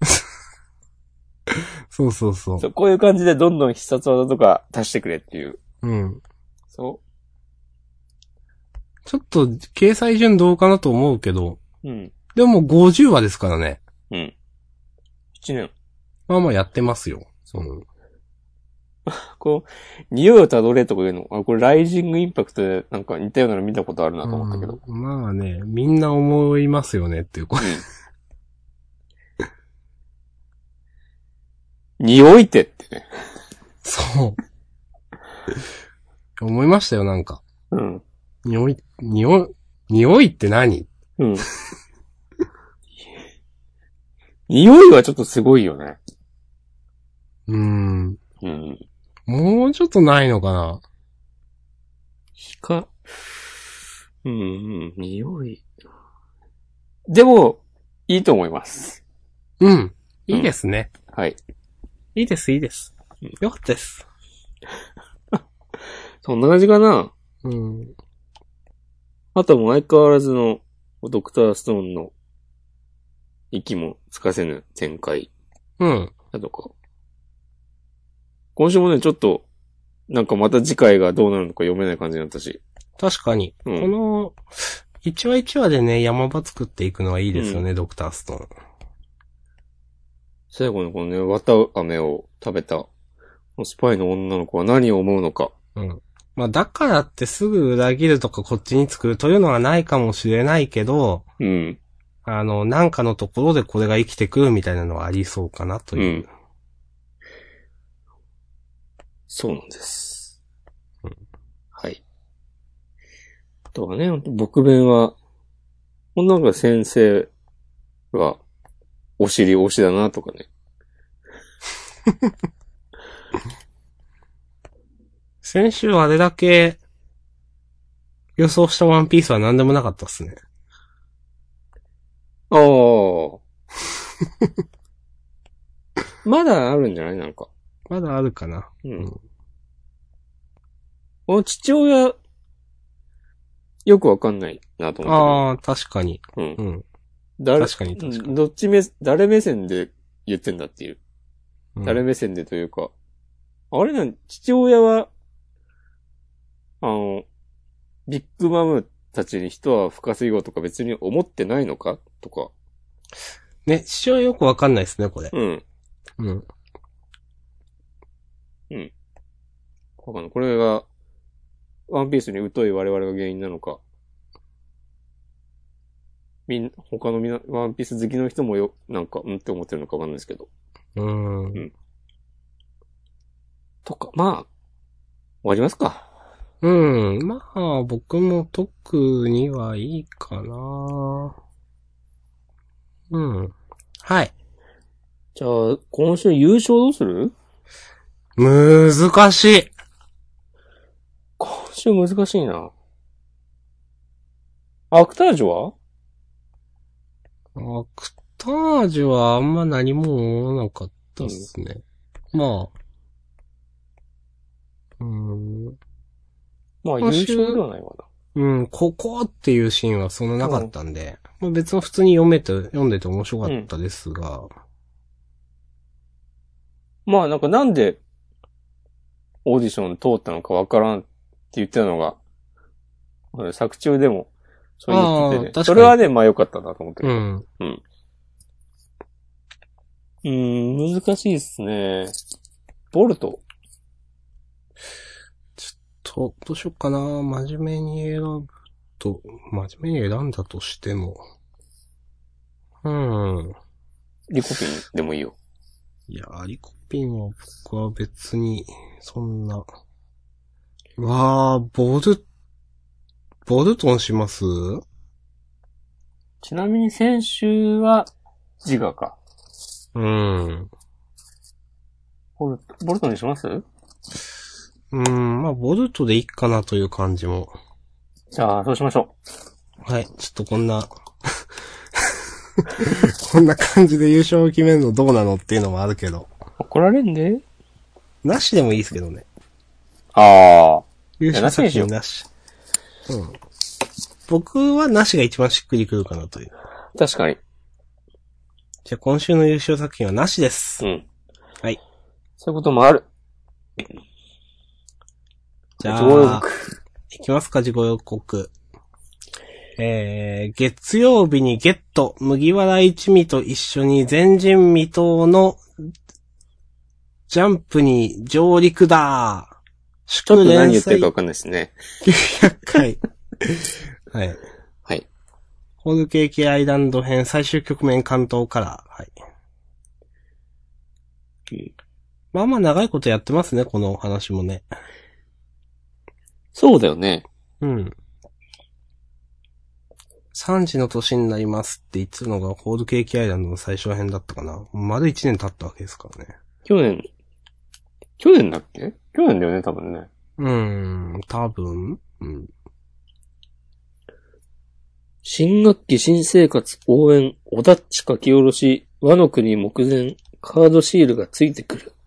S1: そうそうそう。
S2: そう、こういう感じでどんどん必殺技とか足してくれっていう。
S1: うん。
S2: そう。
S1: ちょっと、掲載順どうかなと思うけど。
S2: うん。
S1: でも50話ですからね。
S2: うん。7年。
S1: まあまあやってますよ。
S2: そう。うん、こう、匂いをたどれとか言うの。これライジングインパクトでなんか似たようなの見たことあるなと思ったけど。
S1: まあね、みんな思いますよねっていうこと。
S2: 匂いてってね。
S1: そう。思いましたよ、なんか。
S2: うん。
S1: 匂いって何？
S2: うん。匂いはちょっとすごいよね。
S1: うん。
S2: うん。
S1: もうちょっとないのかな？
S2: 匂い。でも、いいと思います。
S1: うん。いいですね。
S2: はい。
S1: いいです、いいです。よかったです。
S2: そんな感じかな。
S1: うん。
S2: あとも相変わらずのドクターストーンの息もつかせぬ展開。
S1: うん。
S2: だとか。今週もね、ちょっと、なんかまた次回がどうなるのか読めない感じになったし。
S1: 確かに。
S2: うん、
S1: この、一話一話でね、山場作っていくのはいいですよね、ドクターストーン。
S2: 最後のこのね、綿飴を食べた、スパイの女の子は何を思うのか。
S1: うん。まあ、だからってすぐ裏切るとかこっちに作るというのはないかもしれないけど、
S2: うん。
S1: なんかのところでこれが生きてくるみたいなのはありそうかなという。うん、
S2: そうなんです。うん、はい。あとはね、僕弁は、女の子先生は、お尻推しだなとかね。
S1: 先週あれだけ予想したワンピースは何でもなかったっすね。
S2: ああ。まだあるんじゃないなんか。
S1: まだあるかな。
S2: うん。この父親、よくわかんないなと思って。
S1: ああ、確かに。
S2: うん。
S1: うん。
S2: 確かに。どっち誰目線で言ってんだっていう。うん、誰目線でというか。あれ父親は、ビッグマムたちに人は深すぎよとか別に思ってないのかとか。
S1: ね、父親よくわかんないですね、これ。
S2: うん。
S1: うん。
S2: うん。わかんない。これが、ワンピースに疎い我々が原因なのか。他のワンピース好きの人もなんか、って思ってるのかわかんないですけど。うん。とか、まあ、終わりますか。
S1: うん。まあ、僕も特にはいいかな。うん。はい。
S2: じゃあ、今週優勝どうする？
S1: 難しい。
S2: 今週難しいな。アクタージュは？
S1: アクタージュはあんま何も思わなかったっすね。まあ。
S2: まあ優勝ではないわな。
S1: うん、ここっていうシーンはそんななかったんで、まあ、別に普通に読んでて面白かったですが。
S2: まあなんで、オーディション通ったのかわからんって言ってたのが、作中でも、そう言っててね。確かにそれはね、まあ良かったなと思ってる。難しいっすね。ボルト。
S1: どうしよっかな。真面目に選ぶと、真面目に選んだとしても。
S2: リコピンでもいいよ。
S1: いや、リコピンは僕は別に、そんな。ボルトンします？
S2: ちなみに先週は、ジガか。ボルトにします？
S1: まあ、ボルトでいいかなという感じも。
S2: じゃあ、そうしましょ
S1: う。はい、ちょっとこんな、こんな感じで優勝を決めるのどうなのっていうのもあるけど。
S2: 怒られんで？
S1: なしでもいいですけどね。
S2: 優
S1: 勝作品なし。僕はなしが一番しっくりくるかなという。
S2: 確かに。
S1: じゃあ今週の優勝作品はなしです。はい。
S2: そういうこともある。
S1: じゃあ、いきますか、自己予告。月曜日にゲット、麦わら一味と一緒に前人未到のジャンプに上陸だ。
S2: ちょっと何言ってるかわかんないですね。
S1: 900回。はい。
S2: はい。
S1: ホールケーキアイランド編最終局面関東カラー。はい。まあまあ長いことやってますね、この話もね。
S2: そうだよね。
S1: 3時の年になりますって言ってたのがホールケーキアイランドの最初編だったかな。丸1年経ったわけですからね。
S2: 去年だっけ？去年だよね、多分ね。
S1: 多分。
S2: 新学期新生活応援、おだっち書き下ろし、和の国目前、カードシールがついてくる。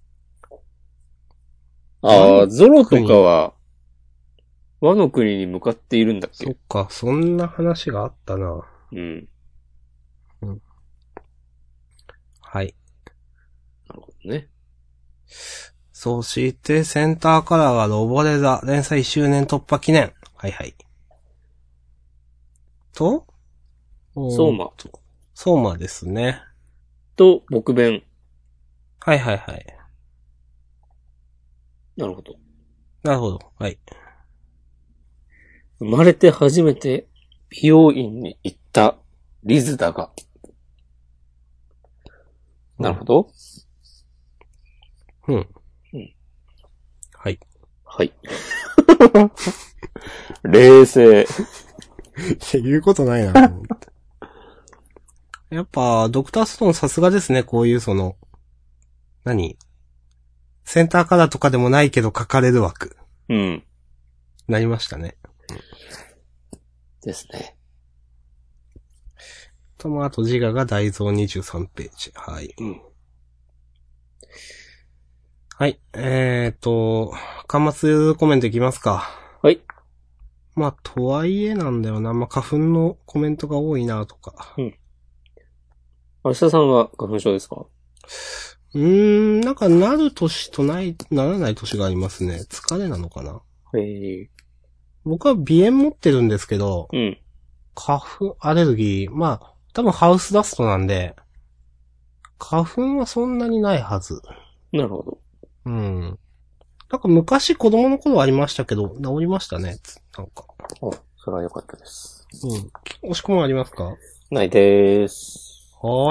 S2: ゾロとかは、和の国に向かっているんだっけ？
S1: そっか、そんな話があったな。はい。
S2: なるほどね。
S1: そして、センターカラーがロボレザ、連載1周年突破記念。はいはい。と
S2: ソ
S1: ーマですね。
S2: と、僕弁。
S1: はいはいはい。
S2: なるほど。
S1: なるほど。はい。
S2: 生まれて初めて美容院に行ったリズだが。なるほど。はい。はい。冷静。
S1: 言うことないな。やっぱ、ドクターストーンさすがですね、こういうセンターカラーとかでもないけど書かれる枠。なりましたね。
S2: ですね。
S1: あと自我が大蔵23ページ。はい。はい。端末コメントいきますか。
S2: はい。
S1: まあ、とはいえなんだよな。まあ、花粉のコメントが多いなとか。
S2: 明日さんは花粉症ですか？
S1: なんかなる年とならない年がありますね。疲れなのかな。僕は鼻炎持ってるんですけど、花粉、アレルギー、まあ、多分ハウスダストなんで、花粉はそんなにないはず。
S2: なるほど。
S1: なんか昔子供の頃ありましたけど、治りましたね。なんか。
S2: それは良かったです。
S1: 押し込みありますか？
S2: ないでーす。
S1: はい。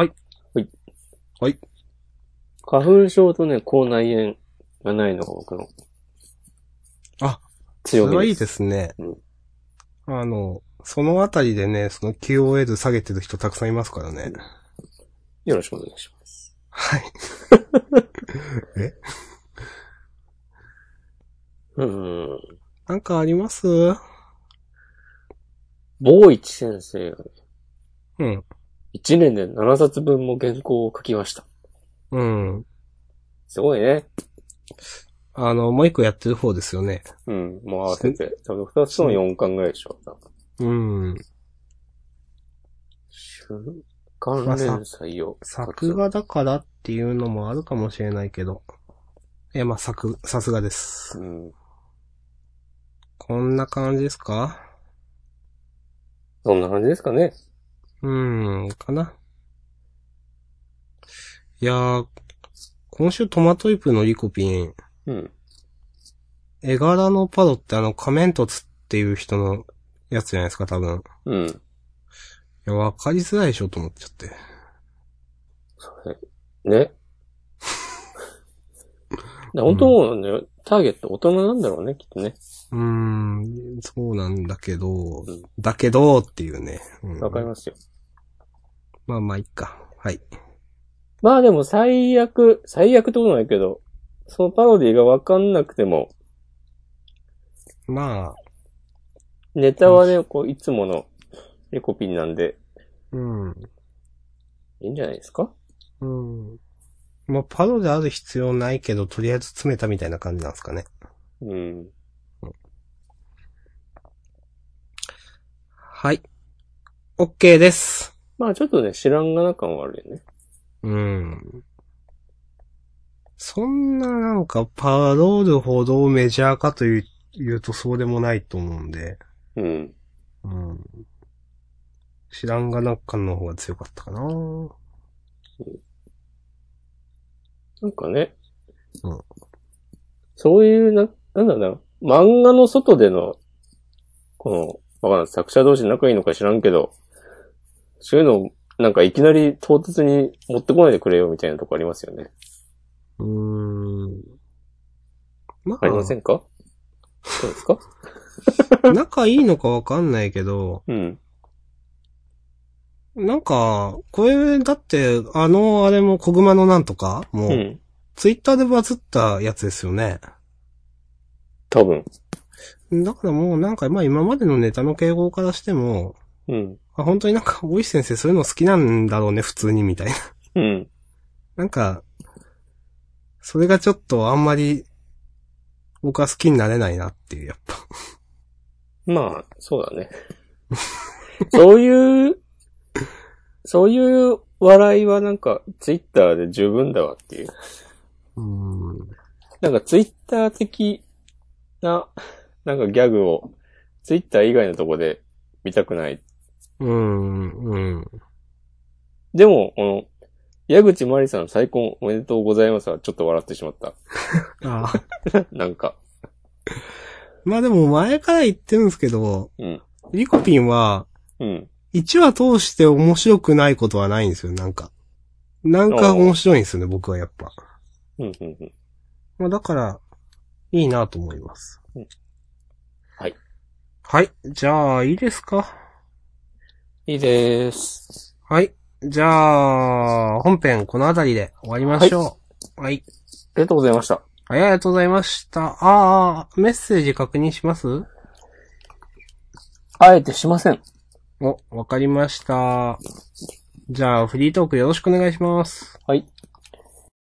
S2: 花粉症とね、口内炎がないのが僕の。強みです。それ
S1: はいいですね。そのあたりでね、その QOL 下げてる人たくさんいますからね。
S2: よろしくお願いします。
S1: はい。なんかあります？
S2: 坊一先生が
S1: ね。
S2: 1年で7冊分も原稿を書きました。すごいね。
S1: もう一個やってる方ですよね。
S2: もう合わせて。多分2つの4巻ぐらいでしょ。週刊連載を、
S1: 作画だからっていうのもあるかもしれないけど。いや、まあ、さすがです。こんな感じですか？
S2: そんな感じですかね。
S1: かな。いやー、今週トマトイプのリコピン。絵柄のパドって仮面凸っていう人のやつじゃないですか、多分。
S2: うん。
S1: いや、わかりづらいでしょと思っちゃって。
S2: それ、ね。本当もうね、ターゲット大人なんだろうね、きっとね。
S1: そうなんだけど、
S2: うん、
S1: だけどっていうね。
S2: わかりますよ。
S1: まあまあいいか。はい。
S2: まあでも最悪ってことないけど、そのパロディがわかんなくても、
S1: まあ。
S2: ネタはね、こう、いつものエコピンなんで。いいんじゃないですか？
S1: まあ、パロである必要ないけど、とりあえず詰めたみたいな感じなんですかね。はい。OK です。
S2: まあちょっとね、知らんがな感はあるよね。
S1: そんななんかパロるほどメジャーかというとそうでもないと思うんで。知らんがな感の方が強かったかな。
S2: なんかね。そういうなんだろうな。漫画の外での、この、わかんない。作者同士仲いいのか知らんけど、そういうのを、なんかいきなり唐突に持ってこないでくれよみたいなとこありますよね。
S1: まあ。
S2: ありませんか？そうですか？
S1: 仲いいのかわかんないけど、なんか、これ、だって、あれも小熊のなんとかもう、ツイッターでバズったやつですよね。
S2: 多分。
S1: だからもうなんか、まあ今までのネタの傾向からしても、本当になんか、大石先生そういうの好きなんだろうね、普通に、みたいな。なんか、それがちょっとあんまり、僕は好きになれないなっていう、やっぱ。
S2: まあ、そうだね。そういう笑いはなんか、ツイッターで十分だわっていう。なんかツイッター的な、なんかギャグを、ツイッター以外のとこで見たくない。でも、この、矢口まりさん再婚おめでとうございますはちょっと笑ってしまった。
S1: あ
S2: あ。なんか。
S1: まあでも前から言ってるんですけど、リコピンは、1話通して面白くないことはないんですよ、なんか。なんか面白いんですよね、僕はやっぱ。まあだから、いいなと思います。
S2: はい。
S1: はい。じゃあ、いいですか？
S2: いいです。
S1: はい。じゃあ、本編この辺りで終わりましょう。はい。
S2: ありがとうございました。
S1: はい、ありがとうございました。メッセージ確認します？
S2: あえてしません。
S1: わかりました。じゃあ、フリートークよろしくお願いします。
S2: はい。